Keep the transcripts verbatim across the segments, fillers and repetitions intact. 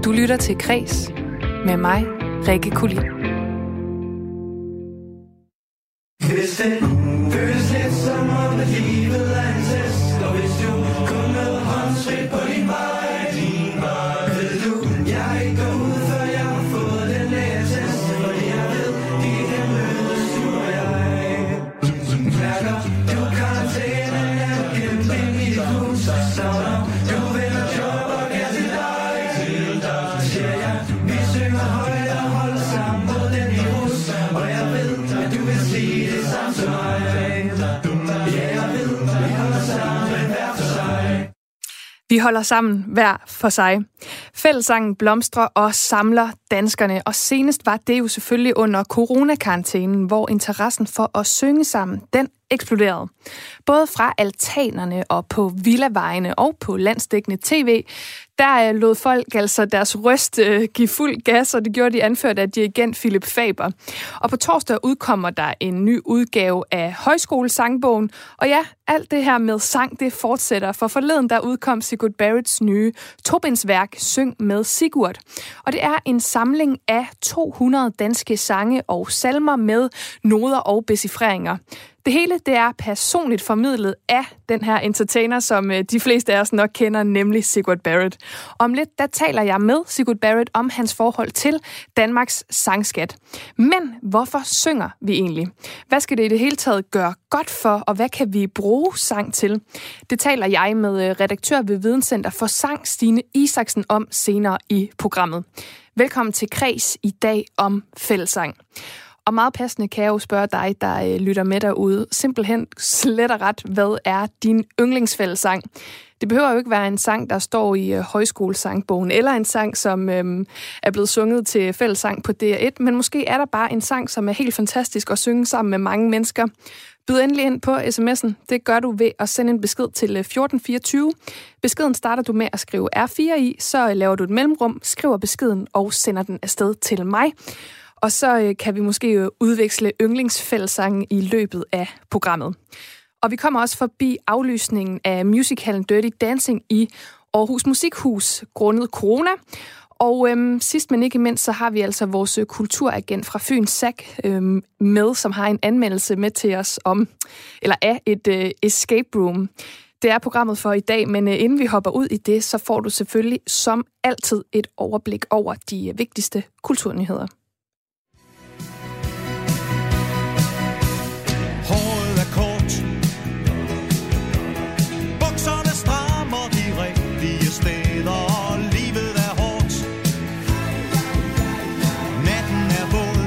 Du lytter til Kres med mig, Rikke Kulin. Hvis det føles lidt som om, at livet er en test, og hvis du kun med håndskridt på din vej, din vej, ved du, jeg ikke går ud, før jeg har fået den lægetest, fordi jeg ved, vi kan mødes, du og jeg. Mærker du karantæne, er du gemt ind i dit hus, så når du vender job og gør til dig, til dig, siger jeg, vi synger højt og holder sammen mod den virus, og jeg ved, at du vil sige det samme som mig. Ja, jeg ved, vi holder sammen hver for sig. Vi holder sammen hver for sig. Fællessangen blomstrer og samler danskerne, og senest var det jo selvfølgelig under coronakarantænen, hvor interessen for at synge sammen, den eksploderede. Både fra altanerne og på villavejene og på landsdækkende tv, der lod folk altså deres røst øh, give fuld gas, og det gjorde de anført af dirigent Philip Faber. Og på torsdag udkommer der en ny udgave af Højskolesangbogen, og ja, alt det her med sang, det fortsætter, for forleden der udkom Sigurd Barretts nye tobindsværk Syng med Sigurd. Og det er en samling af to hundrede danske sange og salmer med noder og becifreringer. Det hele, det er personligt formidlet af den her entertainer, som de fleste af os nok kender, nemlig Sigurd Barrett. Om lidt, der taler jeg med Sigurd Barrett om hans forhold til Danmarks sangskat. Men hvorfor synger vi egentlig? Hvad skal det i det hele taget gøre godt for, og hvad kan vi bruge sang til? Det taler jeg med redaktør ved Videnscenter for Sang, Stine Isaksen, om senere i programmet. Velkommen til Kres i dag om fællessang. Og meget passende kan jeg jo spørge dig, der øh, lytter med derude, simpelthen slet og ret, hvad er din yndlingsfællessang? Det behøver jo ikke være en sang, der står i øh, Højskolesangbogen, eller en sang, som øh, er blevet sunget til fællessang på D R et, men måske er der bare en sang, som er helt fantastisk at synge sammen med mange mennesker. Byd endelig ind på sms'en. Det gør du ved at sende en besked til fjorten fireogtyve. Beskeden starter du med at skrive R fire i, så laver du et mellemrum, skriver beskeden og sender den afsted til mig. Og så kan vi måske udveksle yndlingsfællessangen i løbet af programmet. Og vi kommer også forbi aflysningen af musicalen Dirty Dancing i Aarhus Musikhus grundet corona. Og øhm, sidst men ikke mindst, så har vi altså vores kulturagent fra Fyns S A C øhm, med, som har en anmeldelse med til os om, eller af et øh, escape room. Det er programmet for i dag, men øh, inden vi hopper ud i det, så får du selvfølgelig som altid et overblik over de vigtigste kulturnyheder. Håret er kort, bukserne strammer de rigtige steder, og livet er hårdt. Natten er våd,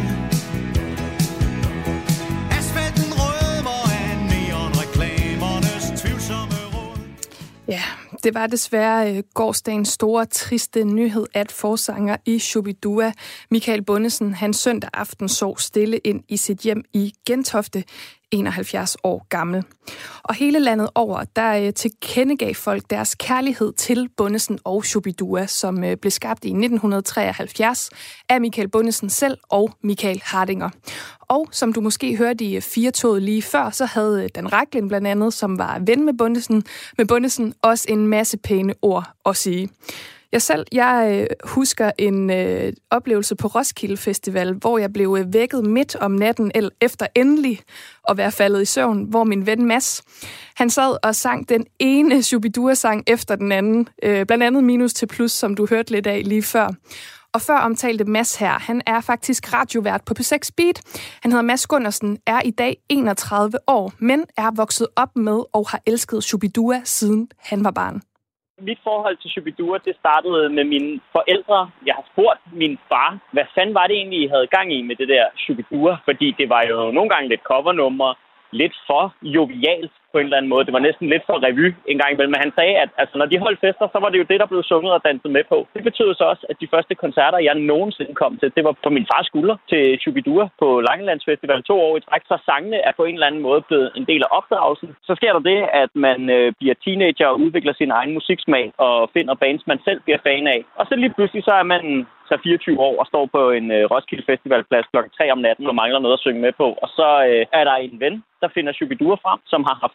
asfalten rødmer af neonreklamernes tvivlsomme råd. Ja, det var desværre øh, gårsdagens store, triste nyhed, at forsanger i Shubidua, Michael Bundesen, han søndag aften sov stille ind i sit hjem i Gentofte, enoghalvfjerds år gammel. Og hele landet over, der øh, tilkendegav folk deres kærlighed til Bundesen og Shubidua, som øh, blev skabt i nitten treoghalvfjerds af Michael Bundesen selv og Michael Hardinger. Og som du måske hørte i Firtoget lige før, så havde Dan Rachlin blandt andet, som var ven med Bundesen, med Bundesen også en masse pæne ord at sige. Jeg selv, jeg øh, husker en øh, oplevelse på Roskilde Festival, hvor jeg blev øh, vækket midt om natten, eller efter endelig at være faldet i søvn, hvor min ven Mads, han sad og sang den ene Shubidua-sang efter den anden, øh, blandt andet Minus til Plus, som du hørte lidt af lige før. Og før omtalte Mads her, han er faktisk radiovært på P seks Beat. Han hedder Mads Gundersen, er i dag enogtredive år, men er vokset op med og har elsket Shubidua, siden han var barn. Mit forhold til Shubidua, det startede med mine forældre. Jeg har spurgt min far, hvad fanden var det egentlig, I havde gang i med det der Shubidua? Fordi det var jo nogle gange lidt covernummer, lidt for jovialt på en eller anden måde. Det var næsten lidt for revy en gang imellem. Men han sagde, at altså, når de holdt fester, så var det jo det, der blev sunget og danset med på. Det betød så også, at de første koncerter, jeg nogensinde kom til, det var på min fars skulder til Shubidua på Langelandsfestival to år i træk. Så sangene er på en eller anden måde blevet en del af opdragelsen. Så sker der det, at man øh, bliver teenager og udvikler sin egen musiksmag og finder bands, man selv bliver fan af. Og så lige pludselig så er man så fireogtyve år og står på en øh, Roskilde Festivalplads klokken tre om natten og mangler noget at synge med på. Og så øh, er der en ven, der finder Shubidua frem, som har haft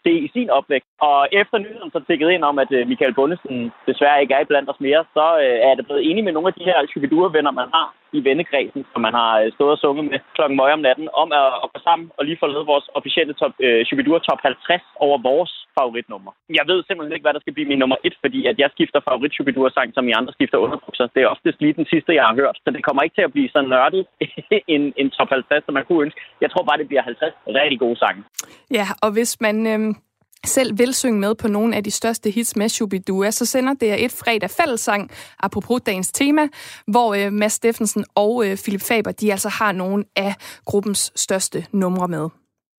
se i sin opvækst. Og efter nyheden så tækket ind om, at Michael Bundesen desværre ikke er iblandt os mere, så er det blevet enig med nogle af de her Shubidur-venner, man har i vennekredsen, som man har stået og sunget med klokken møje om natten, om at, at gå sammen og lige få lavet vores officielle top, uh, Shubidur top halvtreds over vores favoritnummer. Jeg ved simpelthen ikke, hvad der skal blive min nummer et, fordi at jeg skifter favorit Shubidur-sang, som I andre skifter underbukser. Det er oftest lige den sidste, jeg har hørt. Så det kommer ikke til at blive så nørdet en, en top halvtreds, som man kunne ønske. Jeg tror bare, det bliver halvtreds rigtig gode sange. Ja, og hvis man Øh... selv vil synge med på nogle af de største hits med Shubidur, så sender D R et fredag fællessang, apropos dagens tema, hvor øh, Mads Steffensen og øh, Philip Faber, de altså har nogle af gruppens største numre med.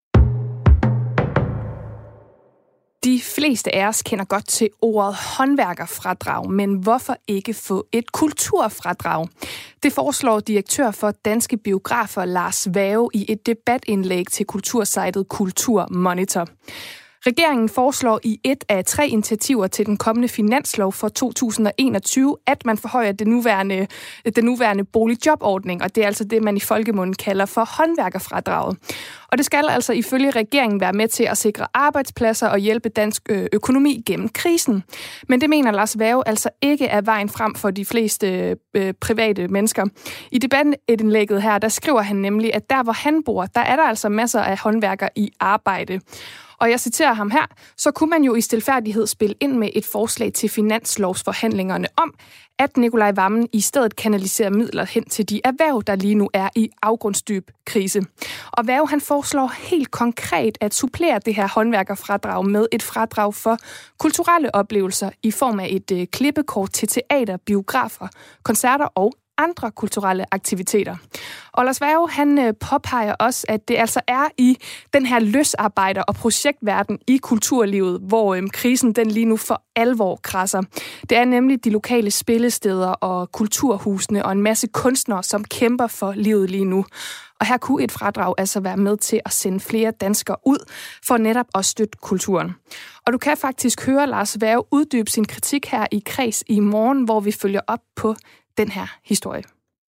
De fleste af os kender godt til ordet håndværkerfradrag, men hvorfor ikke få et kulturfradrag? Det foreslår direktør for Danske Biografer Lars Vave i et debatindlæg til kultursejtet Kulturmonitor. Regeringen foreslår i et af tre initiativer til den kommende finanslov for to tusind og enogtyve, at man forhøjer den nuværende, den nuværende boligjobordning, og det er altså det, man i folkemunden kalder for håndværkerfradraget. Og det skal altså ifølge regeringen være med til at sikre arbejdspladser og hjælpe dansk økonomi gennem krisen. Men det mener Lars Vave altså ikke er vejen frem for de fleste øh, private mennesker. I debatindlægget her, der skriver han nemlig, at der hvor han bor, der er der altså masser af håndværkere i arbejde. Og jeg citerer ham her, så kunne man jo i stilfærdighed spille ind med et forslag til finanslovsforhandlingerne om, at Nikolaj Wammen i stedet kanaliserer midler hen til de erhverv, der lige nu er i afgrundsdyb krise. Og Vave, han foreslår helt konkret at supplere det her håndværkerfradrag med et fradrag for kulturelle oplevelser i form af et øh, klippekort til teater, biografer, koncerter og andre kulturelle aktiviteter. Og Lars Vave, han øh, påpeger også, at det altså er i den her løsarbejder- og projektverden i kulturlivet, hvor øh, krisen den lige nu for alvor krasser. Det er nemlig de lokale spillesteder og kulturhusene og en masse kunstnere, som kæmper for livet lige nu. Og her kunne et fradrag altså være med til at sende flere danskere ud for netop at støtte kulturen. Og du kan faktisk høre Lars Vave uddybe sin kritik her i Kreds i morgen, hvor vi følger op på den her historie.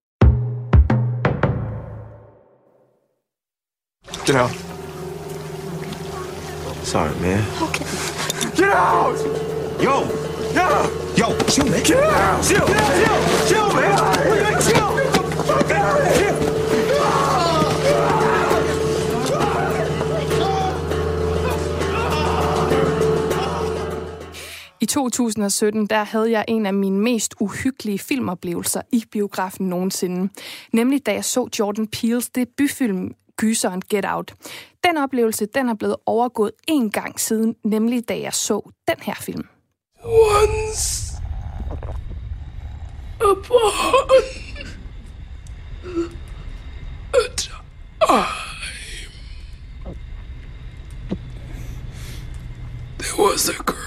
Get out. Sorry, man. Okay. Get out! Yo! Yeah! Yo, chill, man. Get out! Chill! Chill! Chill, man! Chill! Fuck out of here! I to tusind og sytten, der havde jeg en af mine mest uhyggelige filmoplevelser i biografen nogensinde. Nemlig da jeg så Jordan Peels debutfilm Gyseren Get Out. Den oplevelse, den er blevet overgået en gang siden, nemlig da jeg så den her film. Once upon a time, there was a girl.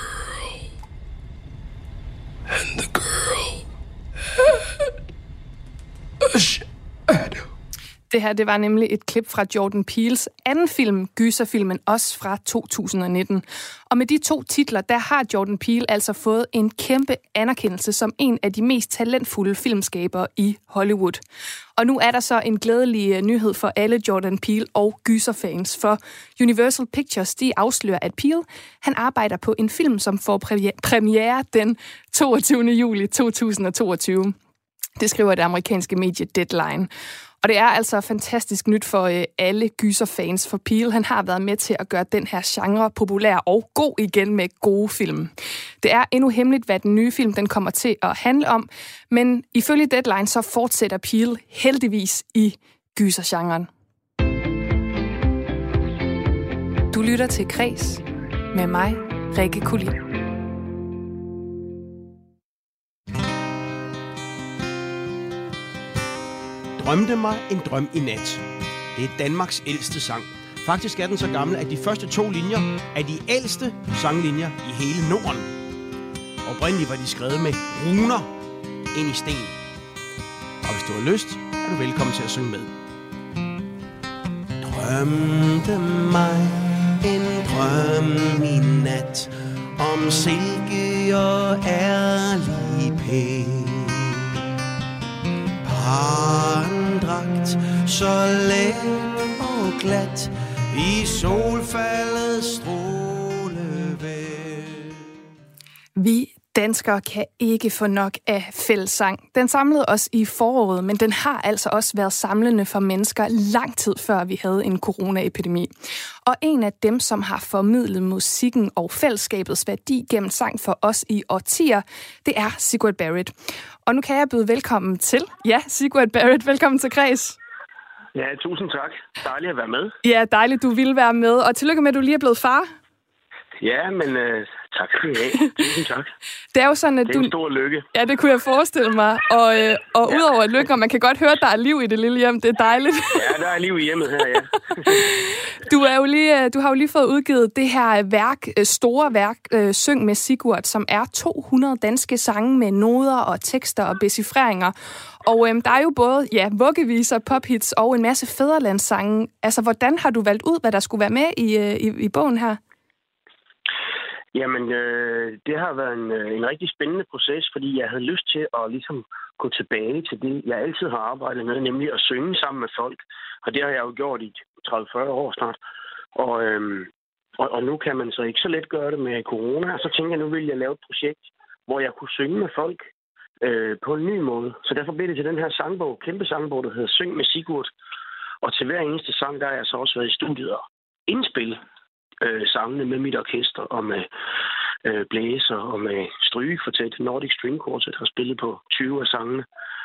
And the girl had a shadow. Det her, det var nemlig et klip fra Jordan Peels anden film, gyserfilmen, også fra to tusind og nitten. Og med de to titler, der har Jordan Peele altså fået en kæmpe anerkendelse som en af de mest talentfulde filmskabere i Hollywood. Og nu er der så en glædelig nyhed for alle Jordan Peele og gyserfans, for Universal Pictures, de afslører, at Peele, han arbejder på en film, som får premiere den toogtyvende juli to tusind og toogtyve. Det skriver det amerikanske medie Deadline. Og det er altså fantastisk nyt for øh, alle gyserfans, for Peele, han har været med til at gøre den her genre populær og god igen med gode film. Det er endnu hemmeligt, hvad den nye film den kommer til at handle om, men ifølge Deadline så fortsætter Peele heldigvis i gysergenren. Du lytter til Kreds med mig, Rikke Kulin. Drømte mig en drøm i nat. Det er Danmarks ældste sang. Faktisk er den så gammel, at de første to linjer er de ældste sanglinjer i hele Norden. Oprindeligt var de skrevet med runer ind i sten. Og hvis du har lyst, er du velkommen til at synge med. Drømte mig en drøm i nat om silke og ærlig pæn. Pardragt så let og glat i solfaldets strålende Vi danskere kan ikke få nok af fællessang. Den samlede os i foråret, men den har altså også været samlende for mennesker lang tid før vi havde en coronaepidemi. Og en af dem, som har formidlet musikken og fællesskabets værdi gennem sang for os i årtier, det er Sigurd Barrett. Og nu kan jeg byde velkommen til. Ja, Sigurd Barrett, velkommen til Kreds. Ja, tusind tak. Dejligt at være med. Ja, dejligt, du ville være med. Og tillykke med, at du lige er blevet far. Ja, men øh, tak skal I have. Tusind tak. Det er jo sådan, at det er du... en stor lykke. Ja, det kunne jeg forestille mig. Og, øh, og ja. Udover et lykke, og man kan godt høre, at der er liv i det lille hjem. Det er dejligt. Ja, der er liv i hjemmet her, ja. du, er jo lige, du har jo lige fået udgivet det her værk, store værk, øh, Syng med Sigurd, som er to hundrede danske sange med noder og tekster og becifreringer. Og øhm, der er jo både ja, vuggeviser, pophits og en masse fædrelandssange. Altså, hvordan har du valgt ud, hvad der skulle være med i, øh, i, i bogen her? Jamen, øh, det har været en, en rigtig spændende proces, fordi jeg havde lyst til at ligesom gå tilbage til det, jeg altid har arbejdet med, nemlig at synge sammen med folk. Og det har jeg jo gjort i tredive til fyrre år snart. Og, øhm, og, og nu kan man så ikke så let gøre det med corona. Og så tænker jeg, nu vil jeg lave et projekt, hvor jeg kunne synge med folk øh, på en ny måde. Så derfor blev det til den her sangbog, kæmpe sangbog, der hedder Syng med Sigurd. Og til hver eneste sang, der har jeg så også været i studiet og indspille Øh, sangene med mit orkester og med øh, blæser og med strygekvartet. Nordic String Quartet har spillet på tyve af sangene.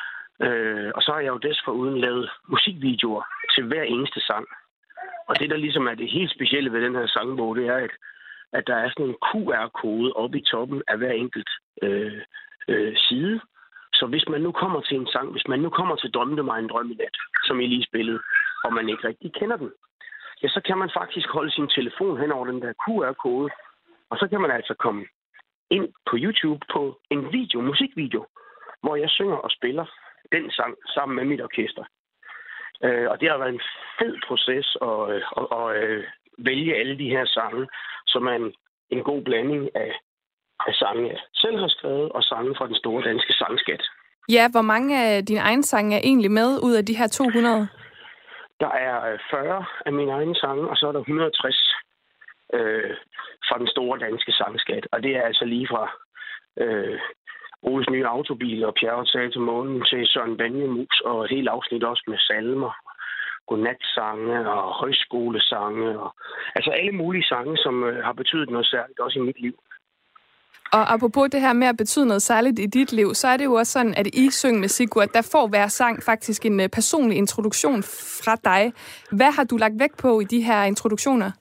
Øh, og så har jeg jo desforuden lavet musikvideoer til hver eneste sang. Og det, der ligesom er det helt specielle ved den her sangbog, det er, at, at der er sådan en Q R-kode oppe i toppen af hver enkelt øh, øh, side. Så hvis man nu kommer til en sang, hvis man nu kommer til Drømte mig en drøm i nat, som I lige spillede, og man ikke rigtig kender den, ja, så kan man faktisk holde sin telefon hen over den der Q R-kode, og så kan man altså komme ind på YouTube på en video, musikvideo, hvor jeg synger og spiller den sang sammen med mit orkester. Øh, og det har været en fed proces at, at, at, at vælge alle de her sange, som er en, en god blanding af, af sange, jeg selv har skrevet, og sange fra den store danske sangskat. Ja, hvor mange af dine egne sange er egentlig med ud af de her to hundrede? Der er fyrre af mine egne sange, og så er der et hundrede og tres øh, fra den store danske sangskat. Og det er altså lige fra øh, Oles nye autobil og Pjerrot til månen til Søren Banjemus, og et helt afsnit også med salmer, godnatsange og højskolesange. Og, altså alle mulige sange, som øh, har betydet noget særligt også i mit liv. Og apropos det her med at betyde noget særligt i dit liv, så er det jo også sådan, at i Syng med Sigurd, der får hver sang faktisk en personlig introduktion fra dig. Hvad har du lagt vægt på i de her introduktioner?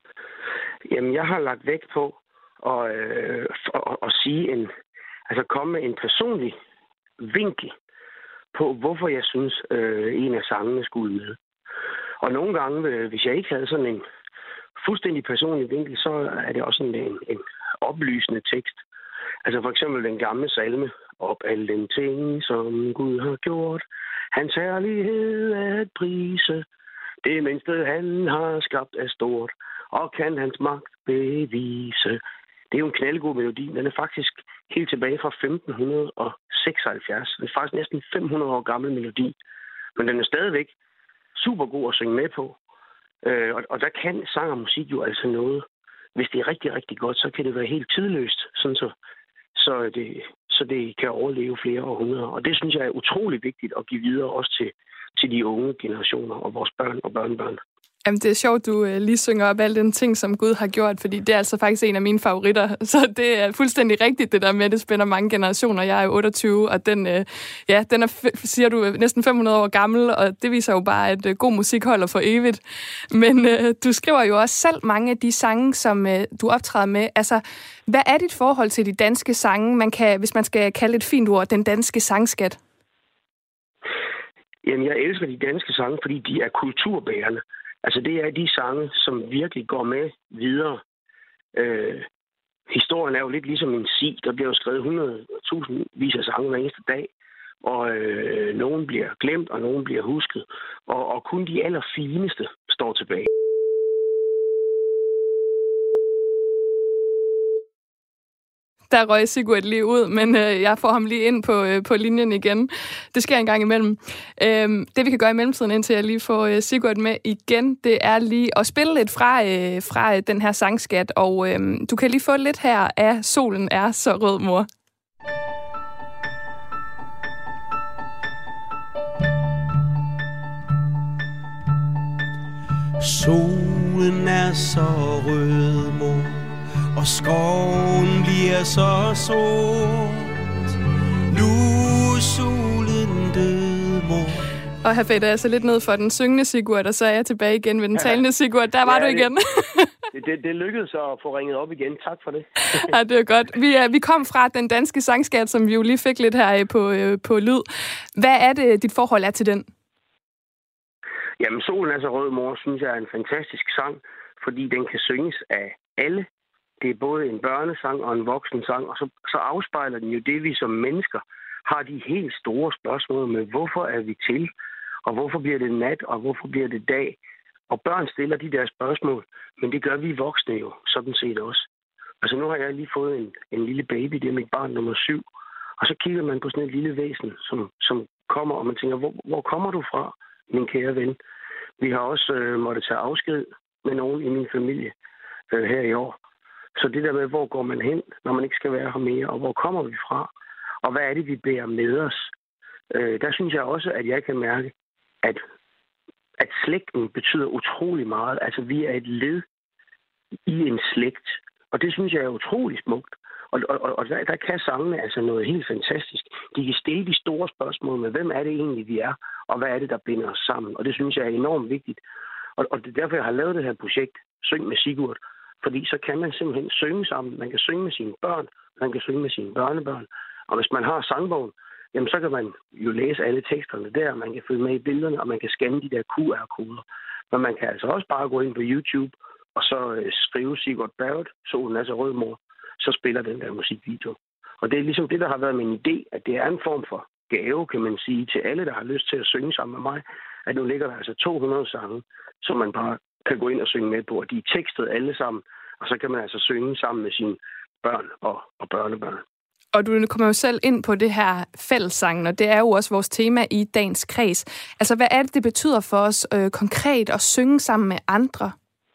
Jamen, jeg har lagt vægt på at, øh, at, at sige en, altså komme med en personlig vinkel på, hvorfor jeg synes, øh, en af sangene skulle med. Og nogle gange, hvis jeg ikke havde sådan en fuldstændig personlig vinkel, så er det også en, en, en oplysende tekst. Altså for eksempel den gamle salme, op alle den ting, som Gud har gjort, hans herlighed er at prise, det mindste han har skabt er stort, og kan hans magt bevise. Det er jo en knaldgod melodi. Den er faktisk helt tilbage fra femten seksoghalvfjerds. Det er faktisk næsten fem hundrede år gammel melodi. Men den er stadigvæk super god at synge med på. Øh, og, og der kan sang og musik jo altså noget. Hvis det er rigtig, rigtig godt, så kan det være helt tidløst, sådan så, så, det, så det kan overleve flere århundreder. Og det synes jeg er utrolig vigtigt at give videre også til, til de unge generationer og vores børn og børnebørn. Jamen, det er sjovt, du lige synger op alle den ting, som Gud har gjort, fordi det er altså faktisk en af mine favoritter. Så det er fuldstændig rigtigt, det der med, det spænder mange generationer. Jeg er jo otteogtyve, og den, ja, den er, siger du, næsten fem hundrede år gammel, og det viser jo bare, at god musik holder for evigt. Men du skriver jo også selv mange af de sange, som du optræder med. Altså, hvad er dit forhold til de danske sange, man kan, hvis man skal kalde et fint ord, den danske sangskat? Jamen, jeg elsker de danske sange, fordi de er kulturbærende. Altså, det er de sange, som virkelig går med videre. Øh, historien er jo lidt ligesom en si. Der bliver jo skrevet hundrede tusind vis af sange hver eneste dag. Og øh, nogen bliver glemt, og nogen bliver husket. Og, og kun de allerfineste står tilbage. Der røg Sigurd lige ud, men øh, jeg får ham lige ind på, øh, på linjen igen. Det sker en gang imellem. Øh, det vi kan gøre i mellemtiden, indtil jeg lige får øh, Sigurd med igen, det er lige at spille lidt fra, øh, fra øh, den her sangskat, og øh, du kan lige få lidt her af Solen er så rød, mor. Solen er så rød, mor, og skoven bliver så sort. Nu er solen død, mor. Og her fader jeg så lidt ned for den syngende Sigurd, og så er jeg tilbage igen ved den talende Sigurd. Der var ja, du igen. det, det, det lykkedes at få ringet op igen. Tak for det. Ja, det er godt. Vi, vi kom fra den danske sangskat, som vi jo lige fik lidt her på, på lyd. Hvad er det, dit forhold er til den? Jamen, Solen er så rød, mor, synes jeg er en fantastisk sang, fordi den kan synges af alle. Det er både en børnesang og en voksensang, og så, så afspejler den jo det, vi som mennesker har de helt store spørgsmål med, hvorfor er vi til, og hvorfor bliver det nat, og hvorfor bliver det dag. Og børn stiller de der spørgsmål, men det gør vi voksne jo sådan set også. Altså nu har jeg lige fået en, en lille baby, det er mit barn nummer syv, og så kigger man på sådan et lille væsen, som, som kommer, og man tænker, hvor, hvor kommer du fra, min kære ven? Vi har også øh, måttet tage afsked med nogen i min familie øh, her i år. Så det der med, hvor går man hen, når man ikke skal være her mere, og hvor kommer vi fra? Og hvad er det, vi bærer med os? Øh, der synes jeg også, at jeg kan mærke, at, at slægten betyder utrolig meget. Altså, vi er et led i en slægt, og det synes jeg er utrolig smukt. Og, og, og der, der kan sangene altså noget helt fantastisk. De kan stille de store spørgsmål med, hvem er det egentlig, vi er, og hvad er det, der binder os sammen. Og det synes jeg er enormt vigtigt. Og, og det er derfor, jeg har lavet det her projekt, Syng med Sigurd. Fordi så kan man simpelthen synge sammen. Man kan synge med sine børn, man kan synge med sine børnebørn. Og hvis man har sangbogen, jamen så kan man jo læse alle teksterne der, man kan følge med i billederne, og man kan scanne de der Q R-koder. Men man kan altså også bare gå ind på YouTube, og så øh, skrive Sigurd Barrett, Solen er så rød, mor, så spiller den der musikvideo. Og det er ligesom det, der har været min idé, at det er en form for gave, kan man sige, til alle, der har lyst til at synge sammen med mig, at nu ligger der altså to hundrede sange, som man bare kan gå ind og synge med på, og de er tekstet alle sammen, og så kan man altså synge sammen med sine børn og, og børnebørn. Og du kommer jo selv ind på det her fællessangen, og det er jo også vores tema i dagens kreds. Altså, hvad er det, det betyder for os øh, konkret at synge sammen med andre?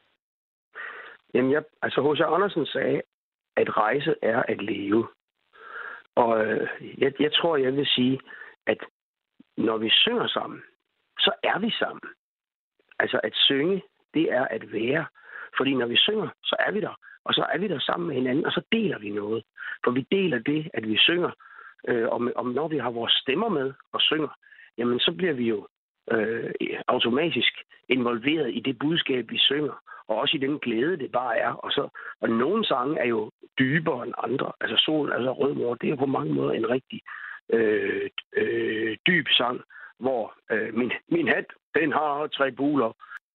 Jamen, jeg, altså H C Andersen sagde, at rejse er at leve. Og øh, jeg, jeg tror, jeg vil sige, at når vi synger sammen, så er vi sammen. Altså at synge, det er at være. Fordi når vi synger, så er vi der. Og så er vi der sammen med hinanden, og så deler vi noget. For vi deler det, at vi synger. Øh, og, og når vi har vores stemmer med og synger, jamen så bliver vi jo øh, automatisk involveret i det budskab, vi synger. Og også i den glæde, det bare er. Og, så, og nogle sange er jo dybere end andre. Altså Solen, altså Rød Mor, det er på mange måder en rigtig øh, øh, dyb sang, hvor øh, min, min hat, den har tre buler.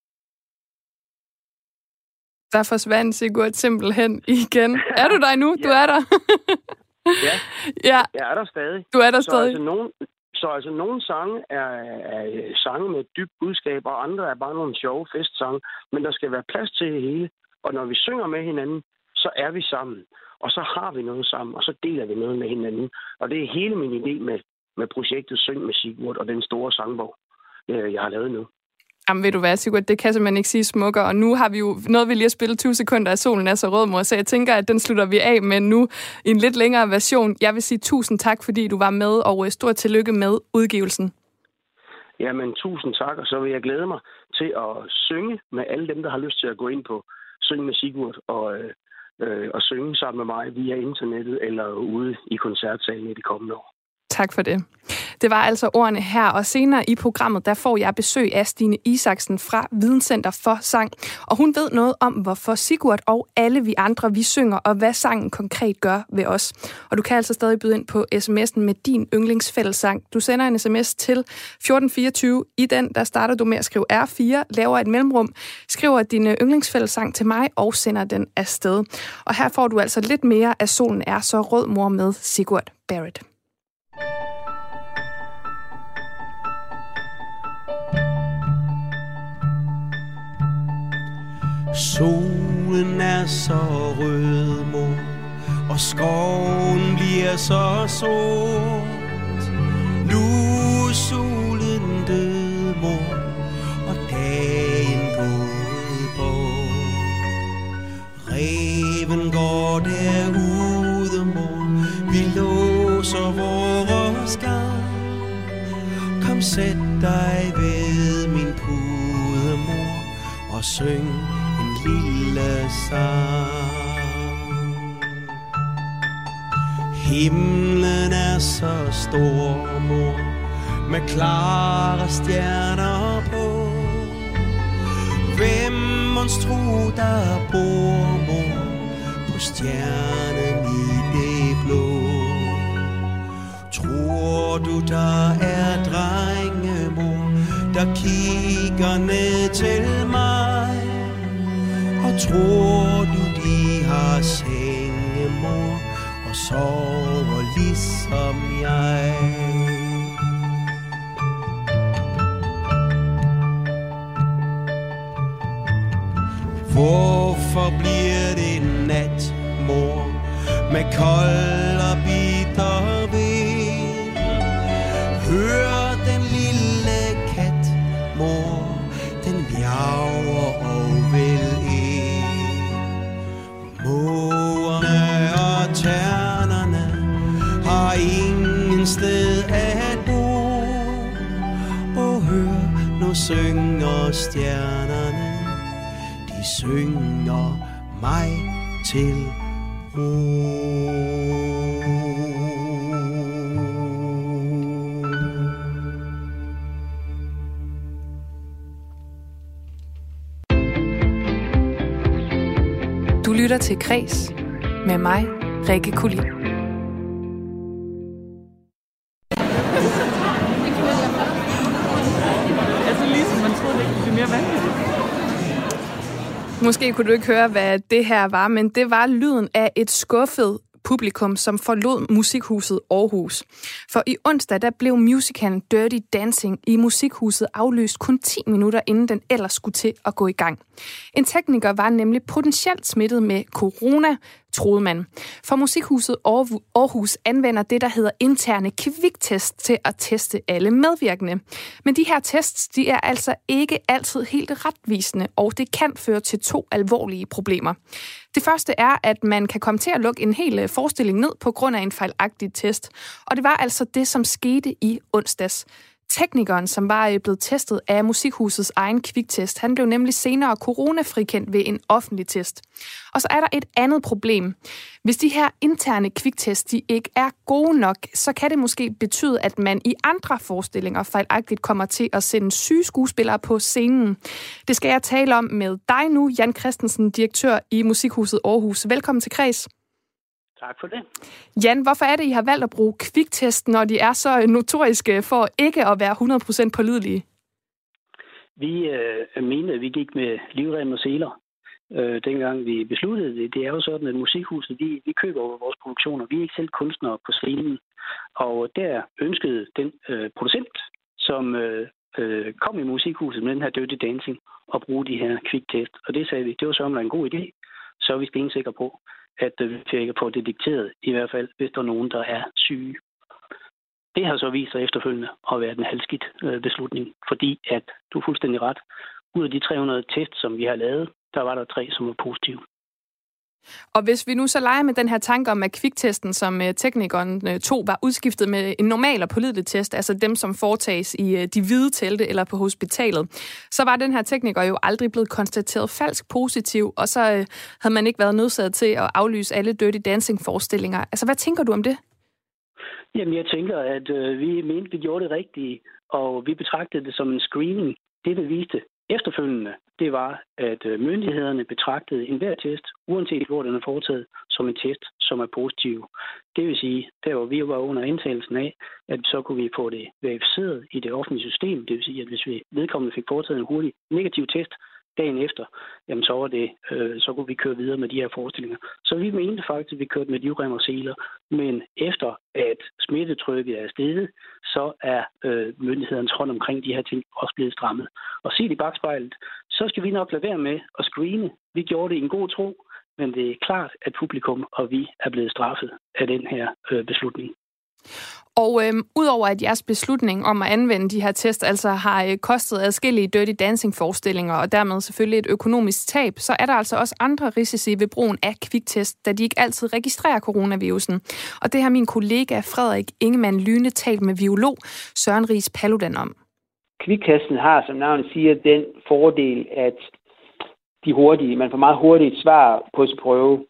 Der forsvandt Sigurd simpelthen igen. Er du der endnu? Du ja. er der. ja. ja, jeg er der stadig. Du er der så stadig. Altså nogen, så altså nogle sange er, er sange med et dybt budskab, og andre er bare nogle sjove festsange. Men der skal være plads til det hele. Og når vi synger med hinanden, så er vi sammen. Og så har vi noget sammen, og så deler vi noget med hinanden. Og det er hele min idé med, med projektet Syng med Sigurd og den store sangbog, jeg har lavet nu. Jamen ved du hvad, Sigurd, det kan simpelthen ikke sige smukkere, og nu har vi jo noget, vi lige har spillet tyve sekunder af Solen er så rød, mor, så jeg tænker, at den slutter vi af med nu i en lidt længere version. Jeg vil sige tusind tak, fordi du var med, og stort tillykke med udgivelsen. Jamen, tusind tak, og så vil jeg glæde mig til at synge med alle dem, der har lyst til at gå ind på Syng med Sigurd og, øh, og synge sammen med mig via internettet eller ude i koncertsalen i de kommende år. Tak for det. Det var altså ordene her, og senere i programmet, der får jeg besøg af Stine Isaksen fra Videnscenter for Sang, og hun ved noget om, hvorfor Sigurd og alle vi andre, vi synger, og hvad sangen konkret gør ved os. Og du kan altså stadig byde ind på sms'en med din yndlingsfællessang. Du sender en sms til fjorten fireogtyve. I den, der starter du med at skrive R fire, laver et mellemrum, skriver din yndlingsfællessang til mig og sender den afsted. Og her får du altså lidt mere af Solen er så rød, mor, med Sigurd Barrett. Solen er så rød, mor, og skoven bliver så sort. Nu er solen død, mor, og dagen gået bort. Reven går derude, mor, vi låser vores gang. Kom, sæt dig ved min pude, mor, og syng en lille sang. Himlen er så stor, mor, med klare stjerner på. Hvem mås tro, der bor, mor, på stjernen i det blå? Tror du, der er drenge, mor, der kigger ned til mig? Og tror du, de har senge, mor, og sover ligesom jeg? Hvorfor bliver det nat, mor, med kold og bitter vind? Hør den lille kat, mor, den miauer og vil ind. Mågerne og ternerne har ingen sted at bo. Og hør, nu synger stjernerne, de synger mig til ro. Du lytter til Kres med mig, Rikke Kulin. Altså ligesom man troede, det kunne blive mere vanvittigt. Måske kunne du ikke høre, hvad det her var, men det var lyden af et skuffet publikum, som forlod Musikhuset Aarhus. For i onsdag, der blev musicalen Dirty Dancing i Musikhuset aflyst kun ti minutter, inden den ellers skulle til at gå i gang. En tekniker var nemlig potentielt smittet med corona, troede man. For Musikhuset Aarhus anvender det, der hedder interne kviktest til at teste alle medvirkende. Men de her tests, de er altså ikke altid helt retvisende, og det kan føre til to alvorlige problemer. Det første er, at man kan komme til at lukke en hel forestilling ned på grund af en fejlagtig test. Og det var altså det, som skete i onsdags. Teknikeren, som var blevet testet af Musikhusets egen kviktest, han blev nemlig senere coronafrikendt ved en offentlig test. Og så er der et andet problem. Hvis de her interne kviktest de ikke er gode nok, så kan det måske betyde, at man i andre forestillinger fejlagtigt kommer til at sende syge skuespillere på scenen. Det skal jeg tale om med dig nu, Jan Christensen, direktør i Musikhuset Aarhus. Velkommen til Kres. Tak for det. Jan, hvorfor er det, I har valgt at bruge kviktest, når de er så notoriske for ikke at være hundrede procent pålidelige? Vi øh, mente, at vi gik med livrem og seler, øh, dengang vi besluttede det. Det er jo sådan, at Musikhuset, vi, vi køber vores produktioner. Vi er ikke selv kunstnere på scenen. Og der ønskede den øh, producent, som øh, øh, kom i Musikhuset med den her Dirty Dancing, at bruge de her kviktest. Og det sagde vi, det var så en god idé. Så er vi stensikre på, at vi fik på det dikteret, i hvert fald, hvis der er nogen, der er syge. Det har så vist sig efterfølgende at være den halvskidt beslutning, fordi at du er fuldstændig ret. Ud af de tre hundrede tests, som vi har lavet, der var der tre, som var positive. Og hvis vi nu så leger med den her tanke om, at kviktesten, som teknikeren tog, var udskiftet med en normal og pålidelig test, altså dem, som foretages i de hvide telte eller på hospitalet, så var den her tekniker jo aldrig blevet konstateret falsk positiv, og så havde man ikke været nødsaget til at aflyse alle Dirty Dancing-forestillinger. Altså, hvad tænker du om det? Jamen, jeg tænker, at øh, vi mente, vi gjorde det rigtige, og vi betragtede det som en screening. Det, det viste efterfølgende, det var, at myndighederne betragtede enhver test, uanset hvor den er foretaget, som en test, som er positiv. Det vil sige, der hvor vi var under indtagelsen af, at så kunne vi få det verificeret i det offentlige system. Det vil sige, at hvis vi vedkommende fik foretaget en hurtig negativ test dagen efter, jamen så var det, øh, så kunne vi køre videre med de her forestillinger. Så vi mente faktisk, at vi kørte med livrem og seler, men efter at smittetrykket er steget, så er øh, myndighedernes hånd omkring de her ting også blevet strammet. Og set i bagspejlet, så skal vi nok lade være med at screene. Vi gjorde det i en god tro. men det er klart, at publikum og vi er blevet straffet af den her øh, beslutning. Og øhm, udover at jeres beslutning om at anvende de her test altså har øh, kostet adskillige Dirty Dancing-forestillinger, og dermed selvfølgelig et økonomisk tab, så er der altså også andre risici ved brugen af kviktest, da de ikke altid registrerer coronavirusen. Og det har min kollega Frederik Ingemann Lyne talt med virolog Søren Riis Paludan om. Kviktesten har, som navnet siger, den fordel, at de hurtige, man får meget hurtigt svar på sin prøve.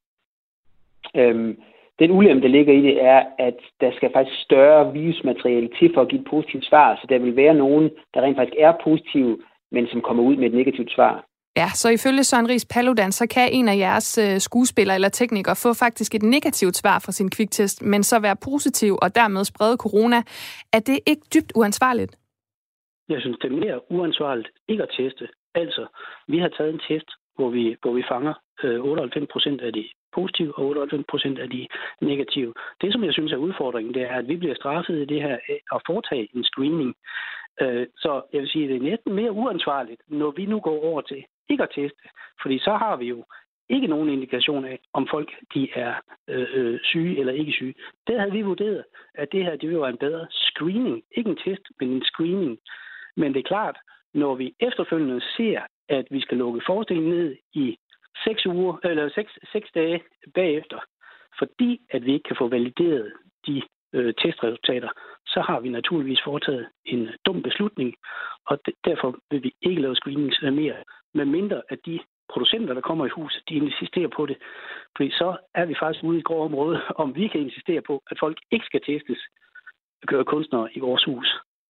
Øhm, Den ulempe, der ligger i det, er, at der skal faktisk større virusmateriale til for at give et positivt svar. Så der vil være nogen, der rent faktisk er positive, men som kommer ud med et negativt svar. Ja, så ifølge Søren Riis Paludan, så kan en af jeres skuespillere eller teknikere få faktisk et negativt svar fra sin kviktest, men så være positiv og dermed sprede corona. Er det ikke dybt uansvarligt? Jeg synes, det er mere uansvarligt ikke at teste. Altså, vi har taget en test, hvor vi, hvor vi fanger øh, otteoghalvfems procent af de positive og otteoghalvfems procent af de negative. Det, som jeg synes er udfordringen, det er, at vi bliver straffet i det her at foretage en screening. Øh, så jeg vil sige, at det er næsten mere uansvarligt, når vi nu går over til ikke at teste. Fordi så har vi jo ikke nogen indikation af, om folk de er øh, syge eller ikke syge. Det havde vi vurderet, at det her det vil være en bedre screening. Ikke en test, men en screening. Men det er klart, når vi efterfølgende ser, at vi skal lukke forestillingen ned i seks uger eller seks, seks dage bagefter, fordi at vi ikke kan få valideret de øh, testresultater, så har vi naturligvis foretaget en dum beslutning, og d- derfor vil vi ikke lave screenings mere, med mindre at de producenter, der kommer i huset, de insisterer på det. Fordi så er vi faktisk ude i et grov område, om vi kan insistere på, at folk ikke skal testes, gøre kunstnere i vores hus.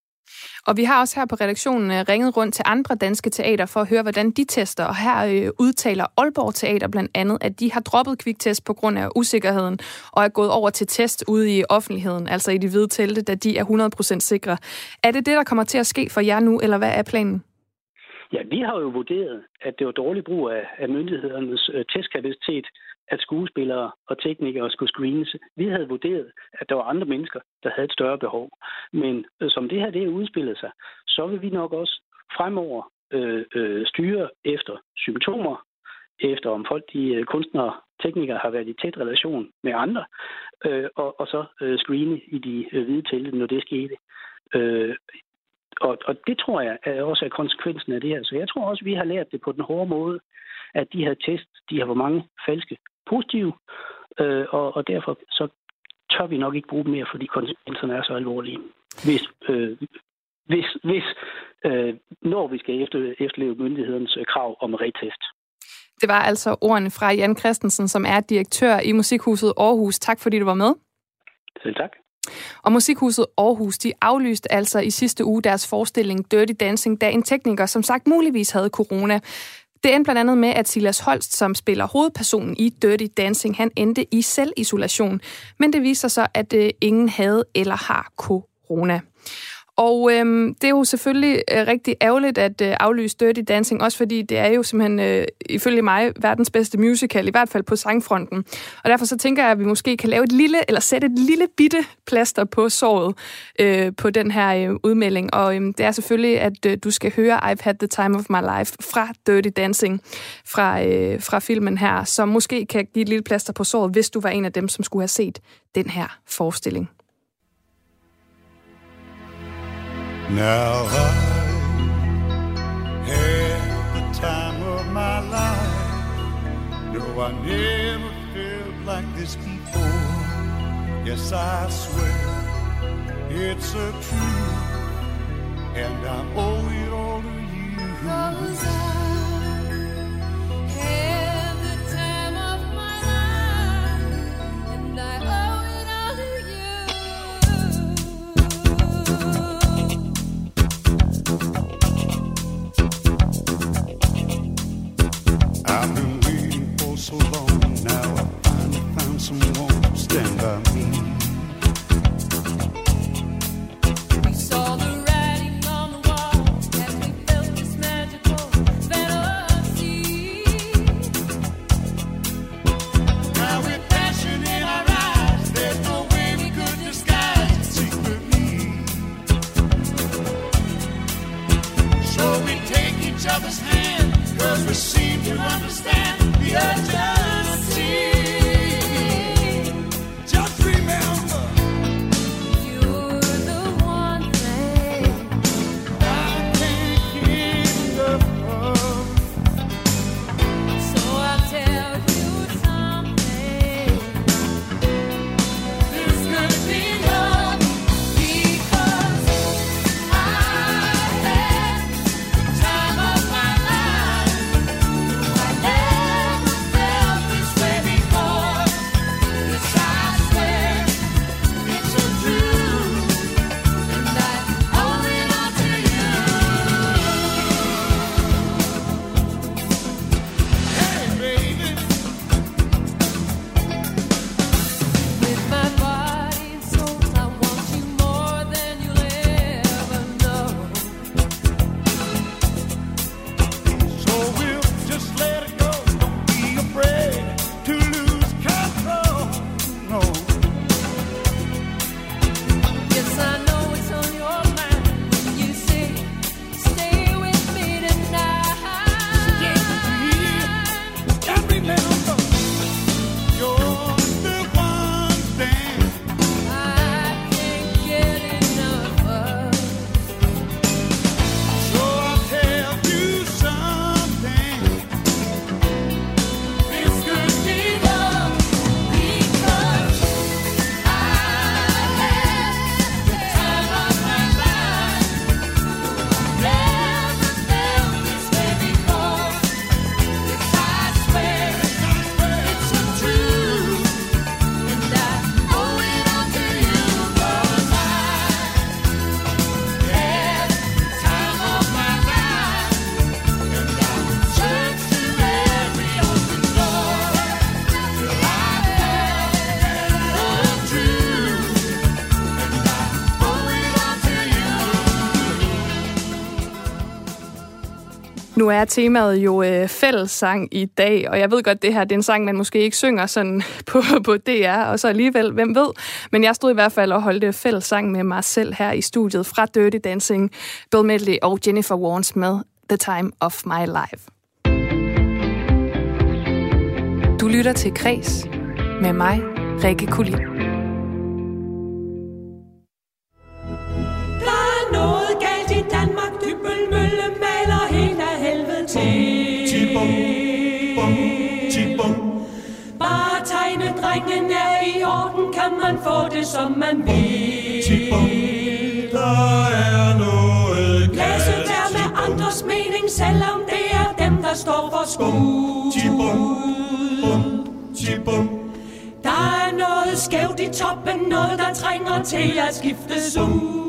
Og vi har også her på redaktionen ringet rundt til andre danske teater for at høre, hvordan de tester. Og her øh, udtaler Aalborg Teater blandt andet, at de har droppet kviktest på grund af usikkerheden og er gået over til test ude i offentligheden, altså i de hvide telte, da de er hundrede procent sikre. Er det det, der kommer til at ske for jer nu, eller hvad er planen? Ja, vi har jo vurderet, at det var dårlig brug af, af myndighedernes øh, testkapacitet, at skuespillere og teknikere skulle screenes. Vi havde vurderet, at der var andre mennesker, der havde et større behov. Men øh, som det her det er udspillet sig, så vil vi nok også fremover øh, øh, styre efter symptomer, efter om folk, de øh, kunstnere og teknikere har været i tæt relation med andre, øh, og, og så øh, screene i de øh, hvide telte, når det skete. Øh, Og, og det tror jeg er også er konsekvensen af det her. Så jeg tror også, vi har lært det på den hårde måde, at de her test, de har for mange falske positive, øh, og, og derfor så tør vi nok ikke bruge dem mere, fordi konsekvenserne er så alvorlige. Hvis, øh, hvis, hvis øh, når vi skal efter, efterleve myndighedens krav om retest. Det var altså ordene fra Jan Christensen, som er direktør i Musikhuset Aarhus. Tak fordi du var med. Selv tak. Og Musikhuset Aarhus, de aflyste altså i sidste uge deres forestilling Dirty Dancing, da en tekniker, som sagt muligvis havde corona. Det endte blandt andet med, at Silas Holst, som spiller hovedpersonen i Dirty Dancing, han endte i selvisolation. Men det viser sig, at øh, ingen havde eller har corona. Og øhm, det er jo selvfølgelig øh, rigtig ærgerligt at øh, aflyse Dirty Dancing, også fordi det er jo simpelthen, øh, ifølge mig, verdens bedste musical, i hvert fald på sangfronten. Og derfor så tænker jeg, at vi måske kan lave et lille, eller sætte et lille bitte plaster på såret øh, på den her øh, udmelding. Og øh, det er selvfølgelig, at øh, du skal høre I've Had the Time of My Life fra Dirty Dancing, fra, øh, fra filmen her, som måske kan give et lille plaster på såret, hvis du var en af dem, som skulle have set den her forestilling. Now I had the time of my life. No, I never felt like this before. Yes, I swear it's a truth, and I owe it all to you. 'Cause I had the time of my life, and I owe it all to you. I've been waiting for so long. Now I finally found someone to stand by me. We saw the writing on the wall as we felt this magical Nu er temaet jo øh, fællessang i dag, og jeg ved godt, det her det er en sang, man måske ikke synger sådan på, på D R, og så alligevel, hvem ved. Men jeg stod i hvert fald og holdt fællessang med mig selv her i studiet fra Dirty Dancing, Bill Medley og Jennifer Warnes med The Time of My Life. Du lytter til Kres med mig, Rikke Kulin. Der er noget galt i Danmark, Dybbølmølle maler helt af helvede til. Tibum, bum, tibum. Bare tegnedrengen er i orden, kan man få det som man vil. Tibum, der er noget galt. Lad os være med andres mening, selvom det er dem, der står for skud. Tibum, bum, tibum. Der er noget skævt i toppen, noget der trænger til at skiftes ud.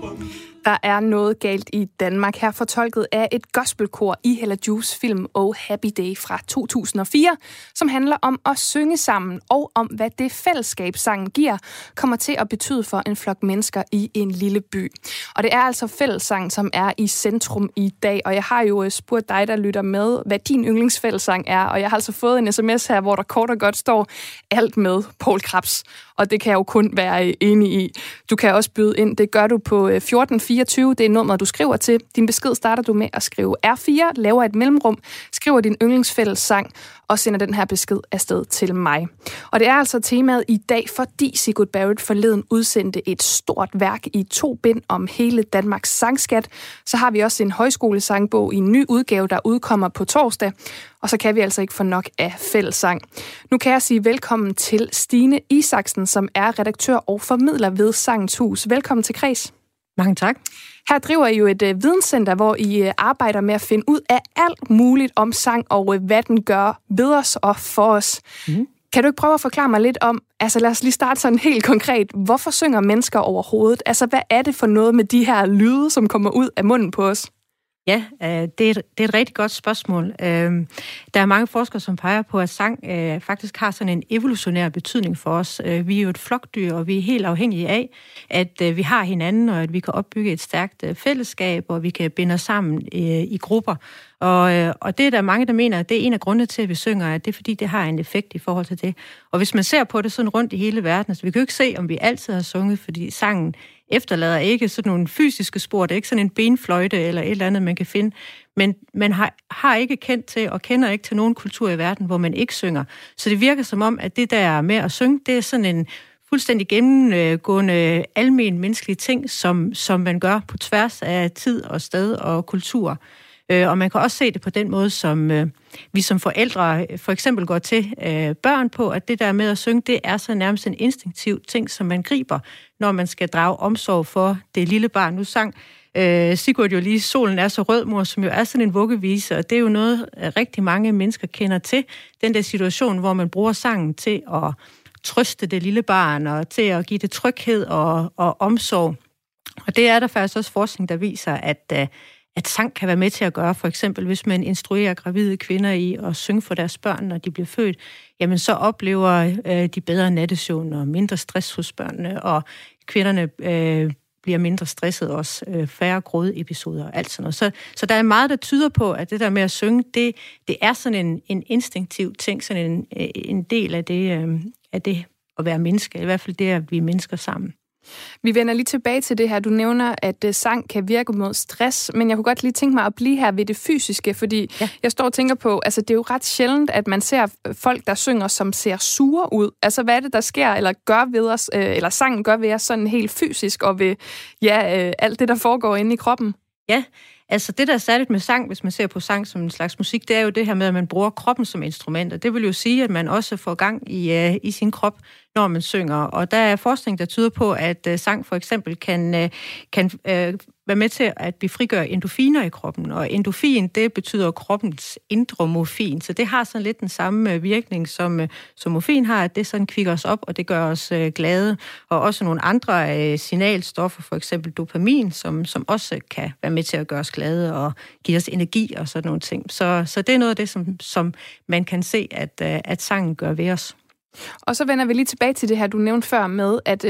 Der er noget galt i Danmark, her fortolket af et gospelkor i Hella Joof film Oh Happy Day fra to tusind og fire, som handler om at synge sammen og om, hvad det fællesskab, sangen giver, kommer til at betyde for en flok mennesker i en lille by. Og det er altså fællessang, som er i centrum i dag, og jeg har jo spurgt dig, der lytter med, hvad din yndlingsfællessang er, og jeg har altså fået en sms her, hvor der kort og godt står alt med Poul Krebs. Og det kan jeg jo kun være enig i. Du kan også byde ind. Det gør du på fjorten fireogtyve. Det er nummeret, du skriver til. Din besked starter du med at skrive R fire, laver et mellemrum, skriver din yndlingsfællessang og sender den her besked afsted til mig. Og det er altså temaet i dag, fordi Sigurd Barrett forleden udsendte et stort værk i to bind om hele Danmarks sangskat. Så har vi også en højskolesangbog i en ny udgave, der udkommer på torsdag. Og så kan vi altså ikke få nok af fællessang. Nu kan jeg sige velkommen til Stine Isaksen, som er redaktør og formidler ved Sangens Hus. Velkommen til Kres. Mange tak. Her driver I jo et uh, videnscenter, hvor I uh, arbejder med at finde ud af alt muligt om sang og uh, hvad den gør ved os og for os. Mm. Kan du ikke prøve at forklare mig lidt om, altså lad os lige starte sådan helt konkret, hvorfor synger mennesker overhovedet? Altså hvad er det for noget med de her lyde, som kommer ud af munden på os? Ja, øh, det, er et, det er et rigtig godt spørgsmål. Øh, der er mange forskere, som peger på, at sang øh, faktisk har sådan en evolutionær betydning for os. Øh, vi er jo et flokdyr, og vi er helt afhængige af, at øh, vi har hinanden, og at vi kan opbygge et stærkt øh, fællesskab, og vi kan binde os sammen øh, i grupper. Og, øh, og det er der mange, der mener, at det er en af grundene til, at vi synger, at det er fordi, det har en effekt i forhold til det. Og hvis man ser på det sådan rundt i hele verden, så vi kan jo ikke se, om vi altid har sunget, fordi sangen efterlader ikke sådan nogle fysiske spor. Det er ikke sådan en benfløjte eller et eller andet, man kan finde. Men man har, har ikke kendt til og kender ikke til nogen kultur i verden, hvor man ikke synger. Så det virker som om, at det der med at synge, det er sådan en fuldstændig gennemgående almen menneskelig ting, som, som man gør på tværs af tid og sted og kultur. Og man kan også se det på den måde, som øh, vi som forældre for eksempel går til øh, børn på, at det der med at synge, det er så nærmest en instinktiv ting, som man griber, når man skal drage omsorg for det lille barn. Nu sang øh, Sigurd jo lige Solen er så rød, mor, som jo er sådan en vuggevise, og det er jo noget, rigtig mange mennesker kender til. Den der situation, hvor man bruger sangen til at trøste det lille barn, og til at give det tryghed og, og omsorg. Og det er der faktisk også forskning, der viser, at øh, at sang kan være med til at gøre, for eksempel hvis man instruerer gravide kvinder i at synge for deres børn, når de bliver født, jamen så oplever øh, de bedre nattesøvn og mindre stress hos børnene, og kvinderne øh, bliver mindre stresset også, øh, færre grådepisoder og alt sådan noget. Så, så der er meget, der tyder på, at det der med at synge, det, det er sådan en, en instinktiv ting, sådan en, en del af det, øh, af det at være menneske, i hvert fald det, at vi er mennesker sammen. Vi vender lige tilbage til det her. Du nævner, at sang kan virke mod stress, men jeg kunne godt lige tænke mig at blive her ved det fysiske, fordi ja. jeg står og tænker på, altså det er jo ret sjældent, at man ser folk, der synger, som ser sure ud. Altså hvad er det, der sker, eller gør ved os, eller sangen gør ved os sådan helt fysisk, og ved ja, alt det, der foregår inde i kroppen? Ja, altså det, der er særligt med sang, hvis man ser på sang som en slags musik, det er jo det her med, at man bruger kroppen som instrument, og det vil jo sige, at man også får gang i, uh, i sin krop, når man synger. Og der er forskning, der tyder på, at uh, sang for eksempel kan, uh, kan uh, være med til, at vi frigør endorfiner i kroppen. Og endorfin, det betyder kroppens indre morfin, så det har sådan lidt den samme uh, virkning, som, uh, som morfin har, at det sådan kvikker os op, og det gør os uh, glade. Og også nogle andre uh, signalstoffer, for eksempel dopamin, som, som også kan være med til at gøre os glade og give os energi og sådan nogle ting. Så, så det er noget af det, som, som man kan se, at, uh, at sangen gør ved os. Og så vender vi lige tilbage til det her, du nævnte før med, at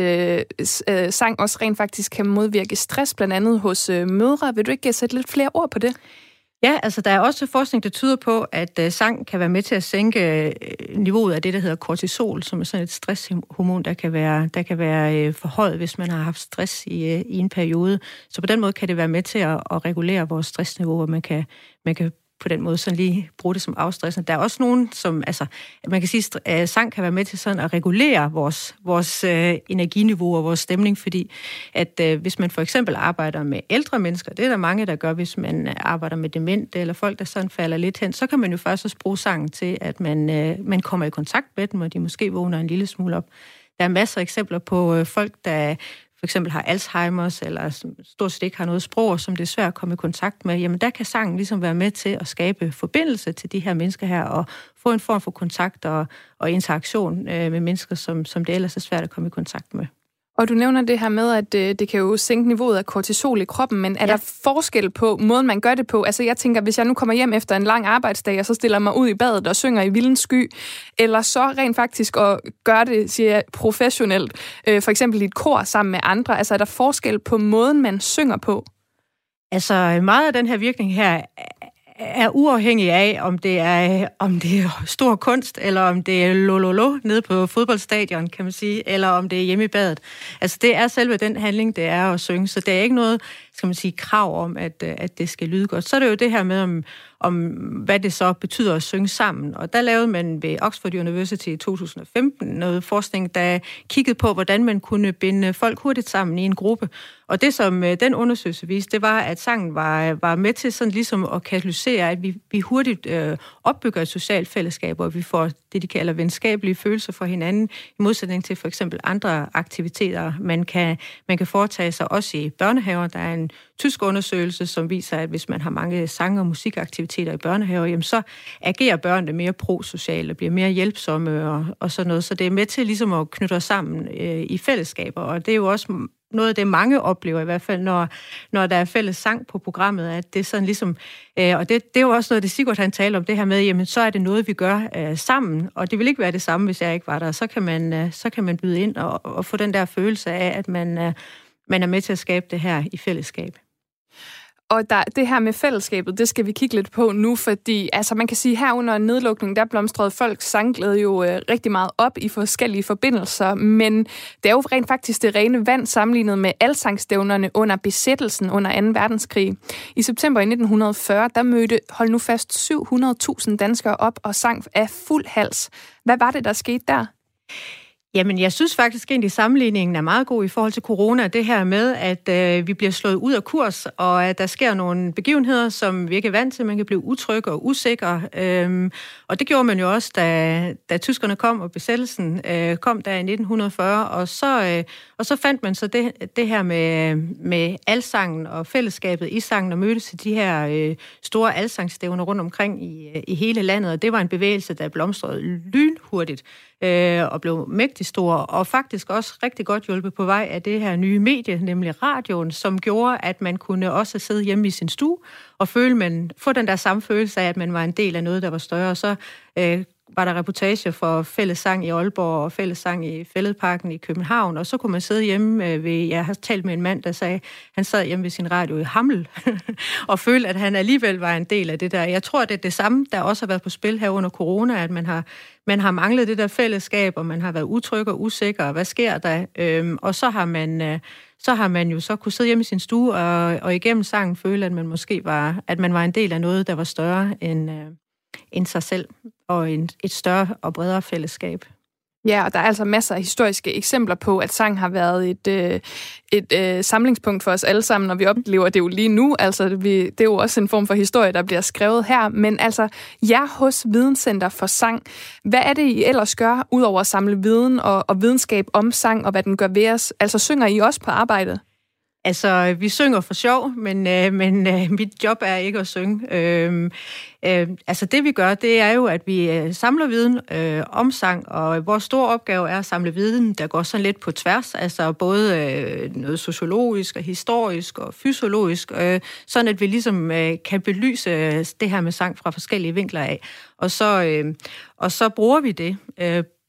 øh, sang også rent faktisk kan modvirke stress, blandt andet hos øh, mødre. Vil du ikke sætte lidt flere ord på det? Ja, altså der er også forskning, der tyder på, at uh, sang kan være med til at sænke uh, niveauet af det, der hedder kortisol, som er sådan et stresshormon, der kan være, der kan være uh, forhøjet, hvis man har haft stress i, uh, i en periode. Så på den måde kan det være med til at, at regulere vores stressniveau, og man kan, man kan på den måde sådan lige bruge det som afstressende. Der er også nogen, som, altså, man kan sige, at sang kan være med til sådan at regulere vores, vores øh, energiniveau og vores stemning, fordi at øh, hvis man for eksempel arbejder med ældre mennesker, det er der mange, der gør, hvis man arbejder med demente eller folk, der sådan falder lidt hen, så kan man jo faktisk også bruge sangen til, at man, øh, man kommer i kontakt med dem, og de måske vågner en lille smule op. Der er masser af eksempler på øh, folk, der for eksempel har Alzheimers, eller stort set ikke har noget sprog, som det er svært at komme i kontakt med, jamen der kan sangen ligesom være med til at skabe forbindelse til de her mennesker her, og få en form for kontakt og, og interaktion øh, med mennesker, som, som det ellers er svært at komme i kontakt med. Og du nævner det her med, at øh, det kan jo sænke niveauet af kortisol i kroppen, men er ja. der forskel på måden, man gør det på? Altså jeg tænker, hvis jeg nu kommer hjem efter en lang arbejdsdag, og så stiller mig ud i badet og synger i vildens sky, eller så rent faktisk at gøre det, siger jeg, professionelt, øh, for eksempel i et kor sammen med andre, altså er der forskel på måden, man synger på? Altså meget af den her virkning her er uafhængig af, om det er om det er stor kunst, eller om det er lololo nede på fodboldstadion, kan man sige, eller om det er hjemme i badet. Altså det er selve den handling, det er at synge, så det er ikke noget, skal man sige, krav om, at, at det skal lyde godt. Så er det jo det her med, om, om hvad det så betyder at synge sammen. Og der lavede man ved Oxford University i to tusind og femten noget forskning, der kiggede på, hvordan man kunne binde folk hurtigt sammen i en gruppe. Og det, som den undersøgelse viste, det var, at sangen var, var med til sådan ligesom at katalysere, at vi, vi hurtigt øh, opbygger et socialt fællesskab, og vi får det, de kalder venskabelige følelser for hinanden, i modsætning til for eksempel andre aktiviteter, man kan, man kan foretage sig også i børnehaver. Der er en tysk undersøgelse, som viser, at hvis man har mange sang- og musikaktiviteter i børnehaver, jamen så agerer børnene mere prosociale og bliver mere hjælpsomme og, og sådan noget. Så det er med til ligesom at knytte os sammen øh, i fællesskaber, og det er jo også noget af det, mange oplever i hvert fald, når, når der er fælles sang på programmet, at det er sådan ligesom, øh, og det, det er jo også noget, det Sigurd han taler om, det her med, jamen så er det noget, vi gør øh, sammen, og det vil ikke være det samme, hvis jeg ikke var der. Så kan man, øh, så kan man byde ind og, og få den der følelse af, at man, øh, man er med til at skabe det her i fællesskab. Og der, det her med fællesskabet, det skal vi kigge lidt på nu, fordi altså, man kan sige, her under nedlukningen, der blomstrede folks sangglæde jo øh, rigtig meget op i forskellige forbindelser, men det er jo rent faktisk det rene vand sammenlignet med alsangstævnerne under besættelsen under anden verdenskrig. I september i nitten fyrre, der mødte, hold nu fast, syv hundrede tusind danskere op og sang af fuld hals. Hvad var det, der skete der? Jamen, jeg synes faktisk egentlig, at sammenligningen er meget god i forhold til corona. Det her med, at øh, vi bliver slået ud af kurs, og at der sker nogle begivenheder, som vi ikke er vant til. Man kan blive utryg og usikker. Øhm, og det gjorde man jo også, da, da tyskerne kom, og besættelsen øh, kom der i nitten fyrre. Og så, øh, og så fandt man så det, det her med, med alsangen og fællesskabet i sangen, og mødtes til de her øh, store alsangstævner rundt omkring i, i hele landet. Og det var en bevægelse, der blomstrede lynhurtigt øh, og blev mægtig stor, og faktisk også rigtig godt hjulpet på vej af det her nye medie, nemlig radioen, som gjorde, at man kunne også sidde hjemme i sin stue og føle, man, få den der samme følelse af, at man var en del af noget, der var større. Og så øh, var der reportager for fællessang i Aalborg og fællessang i Fælledparken i København, og så kunne man sidde hjemme øh, ved, jeg har talt med en mand, der sagde, han sad hjemme ved sin radio i Hammel, og følte, at han alligevel var en del af det der. Jeg tror, det er det samme, der også har været på spil her under corona, at man har, man har manglet det der fællesskab, og man har været utryg og usikker, og hvad sker der? Øhm, og så har man... Øh, så har man jo så kunne sidde hjemme i sin stue og, og igennem sangen føle, at man måske var, at man var en del af noget, der var større end, øh, end sig selv, og en, et større og bredere fællesskab. Ja, og der er altså masser af historiske eksempler på, at sang har været et, øh, et øh, samlingspunkt for os alle sammen, og vi oplever det jo lige nu. Altså, vi, det er jo også en form for historie, der bliver skrevet her. Men altså, jer hos Videnscenter for Sang, hvad er det, I ellers gør, udover at samle viden og, og videnskab om sang, og hvad den gør ved os? Altså, synger I også på arbejdet? Altså, vi synger for sjov, men, øh, men øh, mit job er ikke at synge. Øh, øh, altså, det vi gør, det er jo, at vi øh, samler viden øh, om sang, og vores store opgave er at samle viden, der går sådan lidt på tværs, altså både øh, noget sociologisk og historisk og fysiologisk, øh, sådan at vi ligesom øh, kan belyse det her med sang fra forskellige vinkler af. Og så, øh, og så bruger vi det øh,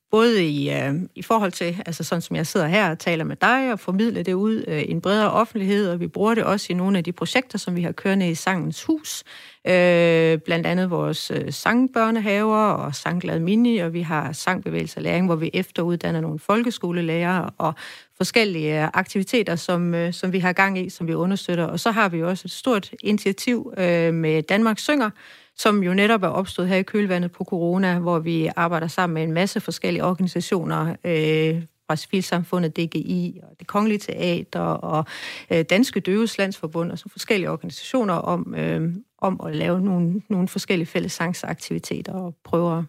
både i, øh, i forhold til, altså sådan som jeg sidder her og taler med dig, og formidler det ud øh, i en bredere offentlighed, og vi bruger det også i nogle af de projekter, som vi har kørende i Sangens Hus. Øh, blandt andet vores øh, sangbørnehaver og Sangglad Mini, og vi har sangbevægelse og læring, hvor vi efteruddanner nogle folkeskolelærere og forskellige aktiviteter, som, øh, som vi har gang i, som vi understøtter. Og så har vi også et stort initiativ øh, med Danmark Synger, som jo netop er opstået her i kølvandet på corona, hvor vi arbejder sammen med en masse forskellige organisationer, øh, fra Civilsamfundet, D G I, og Det Kongelige Teater, og øh, Danske Døves Landsforbund, og så forskellige organisationer om, øh, om at lave nogle, nogle forskellige fællessangsaktiviteter og prøve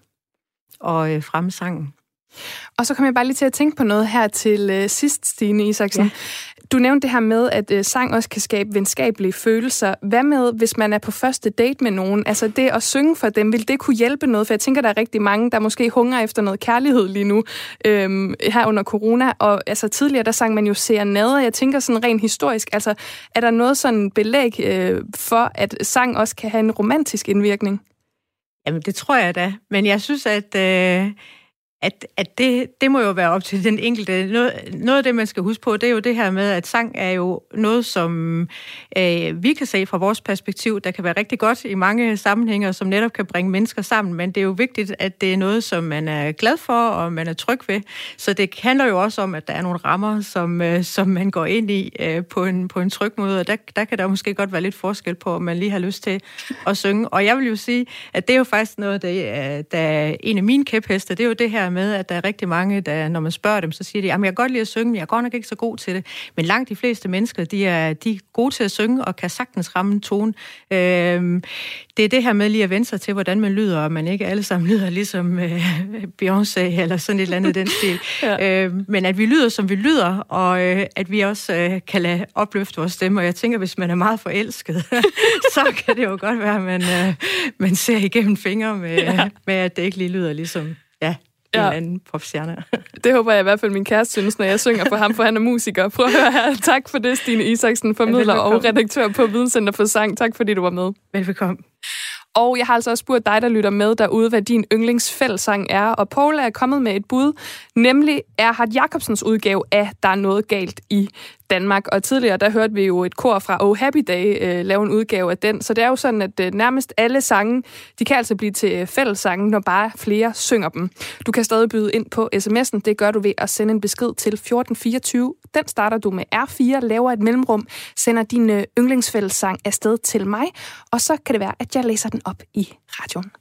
at øh, fremme sangen. Og så kom jeg bare lige til at tænke på noget her til øh, sidst, Stine Isaksen. Ja. Du nævnte det her med, at øh, sang også kan skabe venskabelige følelser. Hvad med, hvis man er på første date med nogen? Altså det at synge for dem, vil det kunne hjælpe noget? For jeg tænker, der er rigtig mange, der måske hungrer efter noget kærlighed lige nu, øh, her under corona. Og altså tidligere, der sang man jo serenade. Jeg tænker sådan rent historisk, altså er der noget sådan belæg øh, for, at sang også kan have en romantisk indvirkning? Jamen det tror jeg da. Men jeg synes, at... Øh At, at det, det må jo være op til den enkelte. Noget, noget af det, man skal huske på, det er jo det her med, at sang er jo noget, som øh, vi kan se fra vores perspektiv, der kan være rigtig godt i mange sammenhænge, som netop kan bringe mennesker sammen. Men det er jo vigtigt, at det er noget, som man er glad for, og man er tryg ved. Så det handler jo også om, at der er nogle rammer, som, øh, som man går ind i øh, på, en, på en tryg måde. Og der, der kan der måske godt være lidt forskel på, om man lige har lyst til at synge. Og jeg vil jo sige, at det er jo faktisk noget, der, der er en af mine kæpheste. Det er jo det her med, at der er rigtig mange, der, når man spørger dem, så siger de, jamen jeg kan godt lide at synge, men jeg er godt nok ikke så god til det. Men langt de fleste mennesker, de er, de er gode til at synge, og kan sagtens ramme en tone. Øhm, det er det her med lige at vende sig til, hvordan man lyder, og man ikke alle sammen lyder ligesom øh, Beyoncé, eller sådan et eller andet den stil. Ja. Øhm, men at vi lyder, som vi lyder, og øh, at vi også øh, kan lade opløfte vores stemme. Og jeg tænker, hvis man er meget forelsket, så kan det jo godt være, at man, øh, man ser igennem fingre med, ja. med, at det ikke lige lyder ligesom... Ja. En ja. anden popstjerne. Det håber jeg i hvert fald, min kæreste synes, når jeg synger for ham, for han er musiker. Prøv at høre her. Tak for det, Stine Isaksen, formidler ja, og redaktør på Videnscenter for Sang. Tak fordi du var med. Velbekomme. Og jeg har altså også spurgt dig, der lytter med derude, hvad din yndlingsfællessang er. Og Paul er kommet med et bud, nemlig Erhard Jacobsens udgave af Der er noget galt i Danmark. Og tidligere, der hørte vi jo et kor fra Oh Happy Day øh, lave en udgave af den. Så det er jo sådan, at øh, nærmest alle sange, de kan altså blive til fællessange, når bare flere synger dem. Du kan stadig byde ind på sms'en. Det gør du ved at sende en besked til fjorten fireogtyve. Den starter du med R fire, laver et mellemrum, sender din øh, yndlingsfællessang afsted til mig. Og så kan det være, at jeg læser den op i radioen.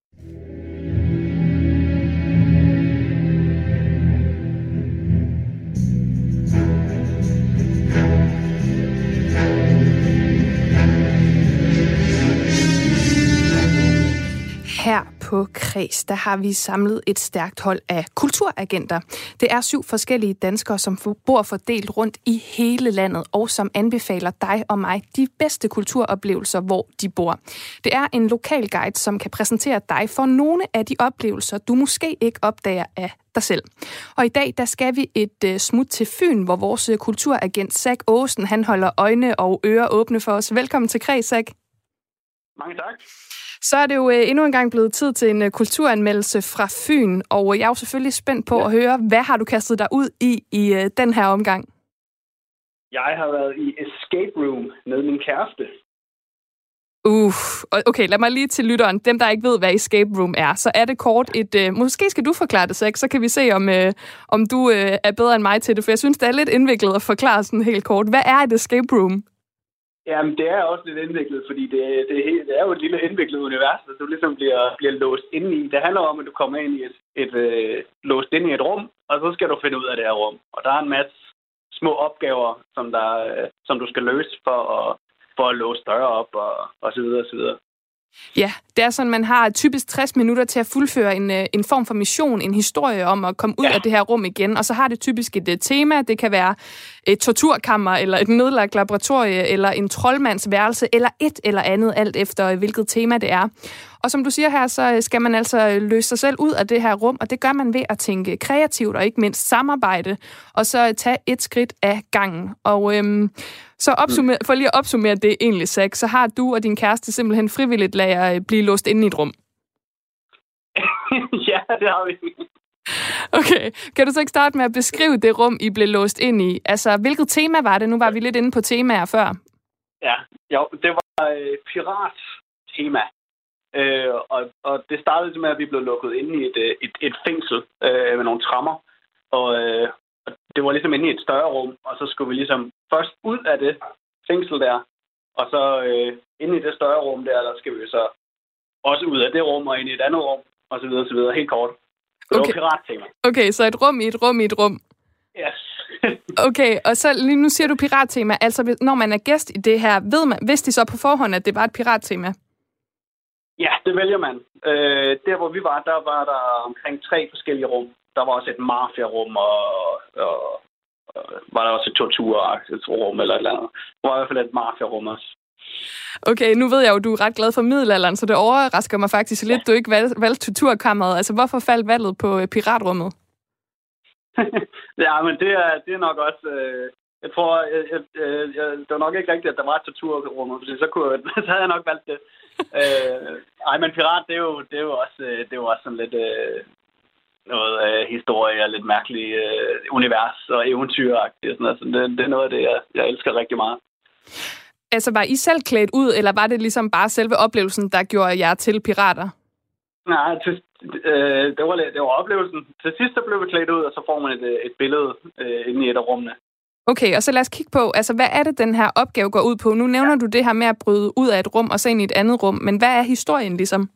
Her på Kreds, der har vi samlet et stærkt hold af kulturagenter. Det er syv forskellige danskere, som bor fordelt rundt i hele landet, og som anbefaler dig og mig de bedste kulturoplevelser, hvor de bor. Det er en lokal guide, som kan præsentere dig for nogle af de oplevelser, du måske ikke opdager af dig selv. Og i dag, der skal vi et uh, smut til Fyn, hvor vores kulturagent Zach Aasen, han holder øjne og ører åbne for os. Velkommen til Kreds, Zach. Mange tak. Så er det jo øh, endnu en gang blevet tid til en øh, kulturanmeldelse fra Fyn, og jeg er jo selvfølgelig spændt på ja. at høre, hvad har du kastet dig ud i i øh, den her omgang? Jeg har været i escape room med min kæreste. Uh, okay, lad mig lige til lytteren. Dem, der ikke ved, hvad escape room er, så er det kort et... Øh, måske skal du forklare det, Zach, så kan vi se, om, øh, om du øh, er bedre end mig til det, for jeg synes, det er lidt indviklet at forklare sådan helt kort. Hvad er et escape room? Jamen, det er også lidt indviklet, fordi det, det, er, helt, det er jo et lille indviklet univers, der du ligesom bliver, bliver låst inde i. Det handler om, at du kommer ind i et, et, et låst ind i et rum, og så skal du finde ud af det her rum. Og der er en masse små opgaver, som, der, som du skal løse for at, for at låse døre op, og, og så videre, og så videre. Ja, det er sådan, man har typisk tres minutter til at fuldføre en, en form for mission, en historie om at komme ud ja. af det her rum igen, og så har det typisk et, et tema. Det kan være et torturkammer, eller et nedlagt laboratorie, eller en troldmands værelse, eller et eller andet, alt efter hvilket tema det er. Og som du siger her, så skal man altså løse sig selv ud af det her rum, og det gør man ved at tænke kreativt og ikke mindst samarbejde, og så tage et skridt af gangen. Og øhm, så opsummer, for lige at opsummere det egentlig, Zach, så har du og din kæreste simpelthen frivilligt lader blive låst inde i et rum. Ja, det har vi. Okay, kan du så ikke starte med at beskrive det rum, I blev låst ind i? Altså, hvilket tema var det? Nu var vi lidt inde på temaer før. Ja, jo, det var øh, pirat-tema. Øh, og, og det startede med, at vi blev lukket inde i et, et, et fængsel øh, med nogle tremmer. Og, øh, og det var ligesom inde i et større rum, og så skulle vi ligesom først ud af det fængsel der, og så øh, inde i det større rum der, der skal vi så også ud af det rum og ind i et andet rum, og så videre, og så videre, helt kort. Det okay. var pirattema. Okay, så et rum i et rum i et rum. Yes. Okay, og så lige nu siger du pirattema. Altså, når man er gæst i det her, ved man, vidste de så på forhånd, at det var et pirattema? Ja, det vælger man. Øh, der, hvor vi var, der var der omkring tre forskellige rum. Der var også et mafia-rum, og, og, og var der også et torturrum eller et eller andet. Der var i hvert fald et mafia-rum også. Okay, nu ved jeg jo, du er ret glad for middelalderen, så det overrasker mig faktisk lidt, du ikke valgte valg torturkammeret. Altså, hvorfor faldt valget på piratrummet? Ja, men det er, det er nok også... Øh, jeg tror, jeg, jeg, jeg, det var nok ikke rigtigt, at der var et torturrum, for så, kunne jeg, så havde jeg nok valgt det. øh, ej, men pirat, det er jo, det er jo, også, det er jo også sådan lidt øh, noget øh, historie og lidt mærkeligt øh, univers og eventyragtigt. Sådan, altså, det, det er noget af det, jeg, jeg elsker rigtig meget. Altså, var I selv klædt ud, eller var det ligesom bare selve oplevelsen, der gjorde jer til pirater? Nej, til, øh, det, var, det var oplevelsen. Til sidst så blev vi klædt ud, og så får man et, et billede øh, inde i et af rummene. Okay, og så lad os kigge på, altså hvad er det, den her opgave går ud på? Nu nævner ja. du det her med at bryde ud af et rum og så ind i et andet rum, men hvad er historien ligesom?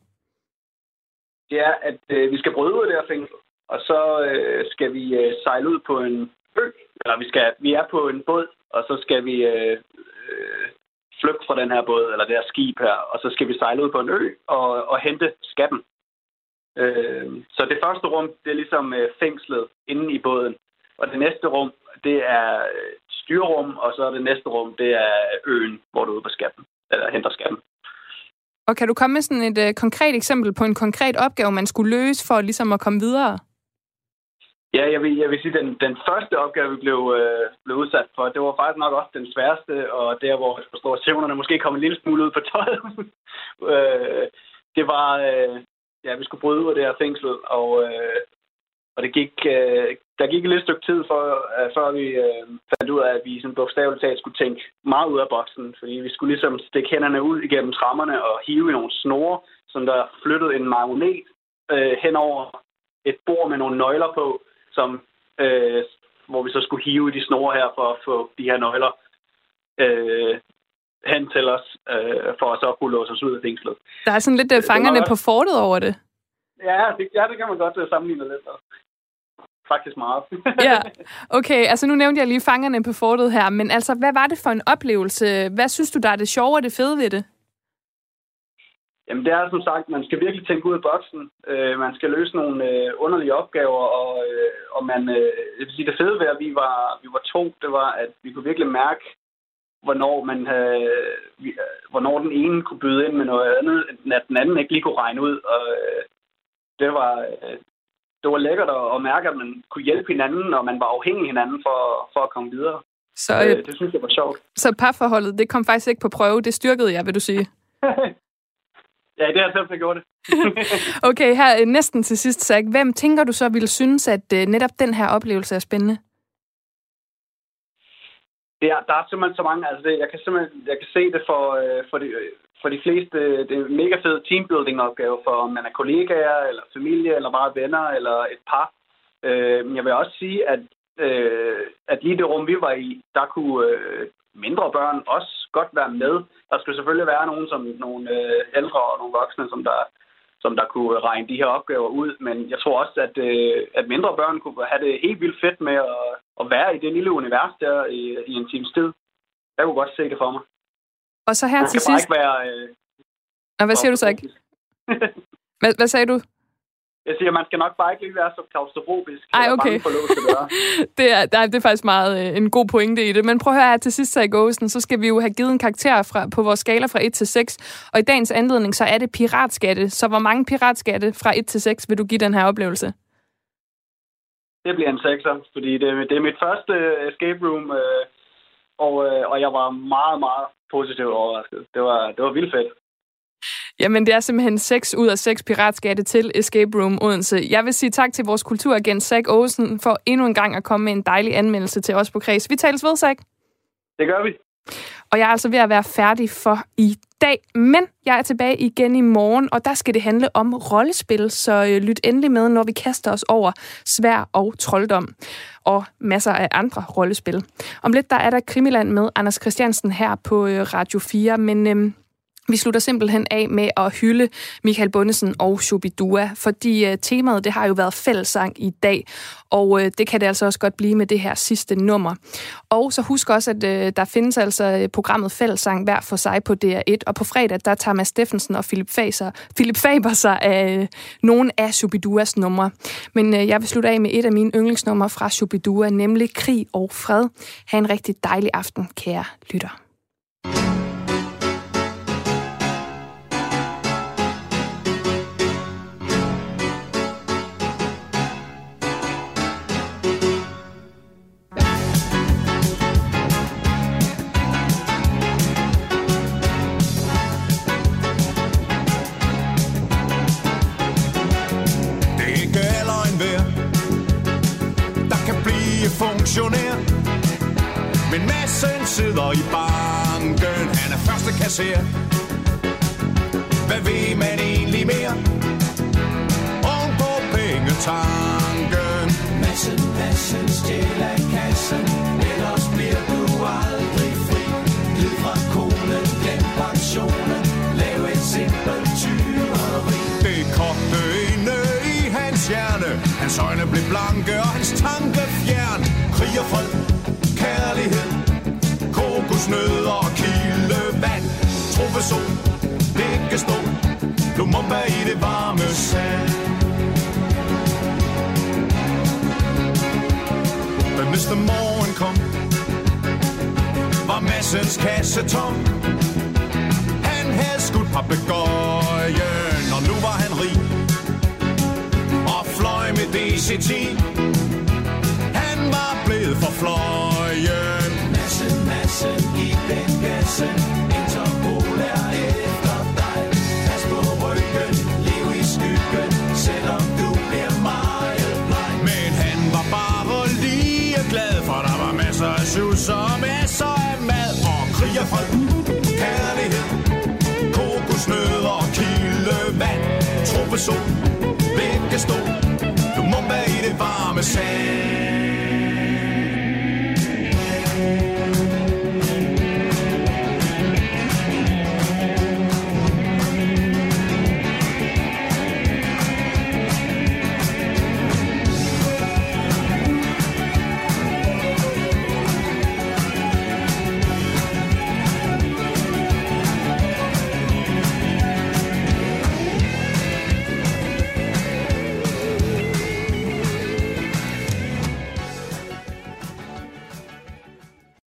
Det er, at øh, vi skal bryde ud af det her fængsel, og så øh, skal vi øh, sejle ud på en ø, eller vi, skal, vi er på en båd, og så skal vi øh, øh, flygte fra den her båd, eller det her skib her, og så skal vi sejle ud på en ø og, og hente skatten. Øh, så det første rum, det er ligesom øh, fængslet inde i båden, og det næste rum, det er styrerum, og så er det næste rum, det er øen, hvor du er ude på skatten, eller henter skatten. Og kan du komme med sådan et uh, konkret eksempel på en konkret opgave, man skulle løse for ligesom at komme videre? Ja, jeg vil, jeg vil sige, den, den første opgave, vi blev, øh, blev udsat for, det var faktisk nok også den sværeste, og der, hvor jeg forstår, at søvnerne måske kom en lille smule ud på tøjet. øh, det var, øh, ja, vi skulle bryde ud af det her fængsel, og... Øh, Og det gik, øh, der gik et lidt stykke tid, for, øh, før vi øh, fandt ud af, at vi sådan bogstaveligt talt skulle tænke meget ud af boksen. Fordi vi skulle ligesom stikke hænderne ud igennem trammerne og hive i nogle snore, som der flyttede en magnet øh, hen over et bord med nogle nøgler på, som, øh, hvor vi så skulle hive i de snore her for at få de her nøgler øh, hen til os, øh, for at så kunne låse os ud af fængslet. Der er sådan lidt øh, fangerne på fortet over det. Ja, det, ja, det kan man godt sammenligne lidt med. Faktisk meget. Ja, okay. Altså nu nævnte jeg lige fangerne på fortet her, men altså, hvad var det for en oplevelse? Hvad synes du, der er det sjove og det fede ved det? Jamen, det er som sagt, man skal virkelig tænke ud af boksen. Øh, man skal løse nogle øh, underlige opgaver, og, øh, og man, øh, jeg vil sige, det fede ved, at vi var, vi var to, det var, at vi kunne virkelig mærke, hvornår man havde, vi, hvornår den ene kunne byde ind med noget andet, at den anden ikke lige kunne regne ud, og øh, det var... Øh, Det var lækkert at mærke, at man kunne hjælpe hinanden, og man var afhængig af hinanden for, for at komme videre. Så, øh, det synes jeg var sjovt. Så parforholdet, det kom faktisk ikke på prøve. Det styrkede jeg, vil du sige? Ja, det har jeg selv gjort det. Okay, her næsten til sidst, Zach. Hvem tænker du så ville synes, at uh, netop den her oplevelse er spændende? Det er, der er simpelthen så mange. Altså det, jeg, kan simpelthen, jeg kan se det for, uh, for, de, for de fleste. Det er en mega fed teambuilding-opgave, for om man er kollegaer, eller familie, eller bare venner, eller et par. Uh, men jeg vil også sige, at, uh, at lige det rum, vi var i, der kunne uh, mindre børn også godt være med. Der skulle selvfølgelig være nogen, som nogle uh, ældre og nogle voksne, som der, som der kunne regne de her opgaver ud. Men jeg tror også, at, uh, at mindre børn kunne have det helt vildt fedt med at, at være i det lille univers der i, i en times tid. Jeg kunne godt se det for mig. Og så her det til sidst... Ikke være, øh, og hvad siger du så ikke? hvad, hvad sagde du? Jeg siger, man skal nok bare ikke lige være så klaustrofobisk. Ej, okay. det, er, det er faktisk meget øh, en god pointe i det. Men prøv at høre her til sidst, Zach Ovesen, så skal vi jo have givet en karakter fra, på vores skala fra et til seks. Og i dagens anledning, så er det piratskatte. Så hvor mange piratskatte fra et til seks vil du give den her oplevelse? Det bliver en sekser, fordi det, det er mit første escape room, øh, og, øh, og jeg var meget, meget positivt overrasket. Det var, det var vildt fedt. Jamen, det er simpelthen seks ud af seks piratskatte til Escape Room Odense. Jeg vil sige tak til vores kulturagent Zach Olsen for endnu en gang at komme med en dejlig anmeldelse til os på Kreds. Vi tales ved, Zach. Det gør vi. Og jeg er altså ved at være færdig for i dag, men jeg er tilbage igen i morgen, og der skal det handle om rollespil, så lyt endelig med, når vi kaster os over sværd og trolddom og masser af andre rollespil. Om lidt der er der Krimiland med Anders Christiansen her på Radio fire, men øhm, vi slutter simpelthen af med at hylde Michael Bundesen og Shubidua, fordi uh, temaet det har jo været fællessang i dag, og uh, det kan det altså også godt blive med det her sidste nummer. Og så husk også, at uh, der findes altså programmet Fællessang hver for sig på D R et, og på fredag der tager Mads Steffensen og Philip, Faser, Philip Faber sig af uh, nogle af Shubiduas numre. Men uh, jeg vil slutte af med et af mine yndlingsnumre fra Shubidua, nemlig Krig og Fred. Ha' en rigtig dejlig aften, kære lytter. Funktionær. Men Madsen sidder i banken, han er første kasser. Hvad ved man egentlig mere? Oven på pengetanken. Madsen, Madsen stjæler kassen, ellers bliver du aldrig fri. Glid fra konen, glem pensionen, lav et simpelt tyveri. Det kogte inde i hans hjerne, hans øjne blev blanke og hans tanke fjern. Krig og fred, kærlighed, kokosnødder og kildevand. Trofesol, vækkestol, Lumumba i det varme sand. Da næste morgen kom, var Madsens kasse tom. Han havde skudt papegøjen, og nu var han rig og fløj med D C ti. Var blevet for fløjen. Madsen, Madsen i den gassen. Interpol er efter dig. Pas på ryggen, lev i skyggen, selvom du bliver meget bleg. Men han var bare lige glad, for der var masser af sjus og masser af mad. Og krig og fred, kærlighed, kokosnødder og kildevand. Trofesol, vækkestol, Lumumba i det varme sand.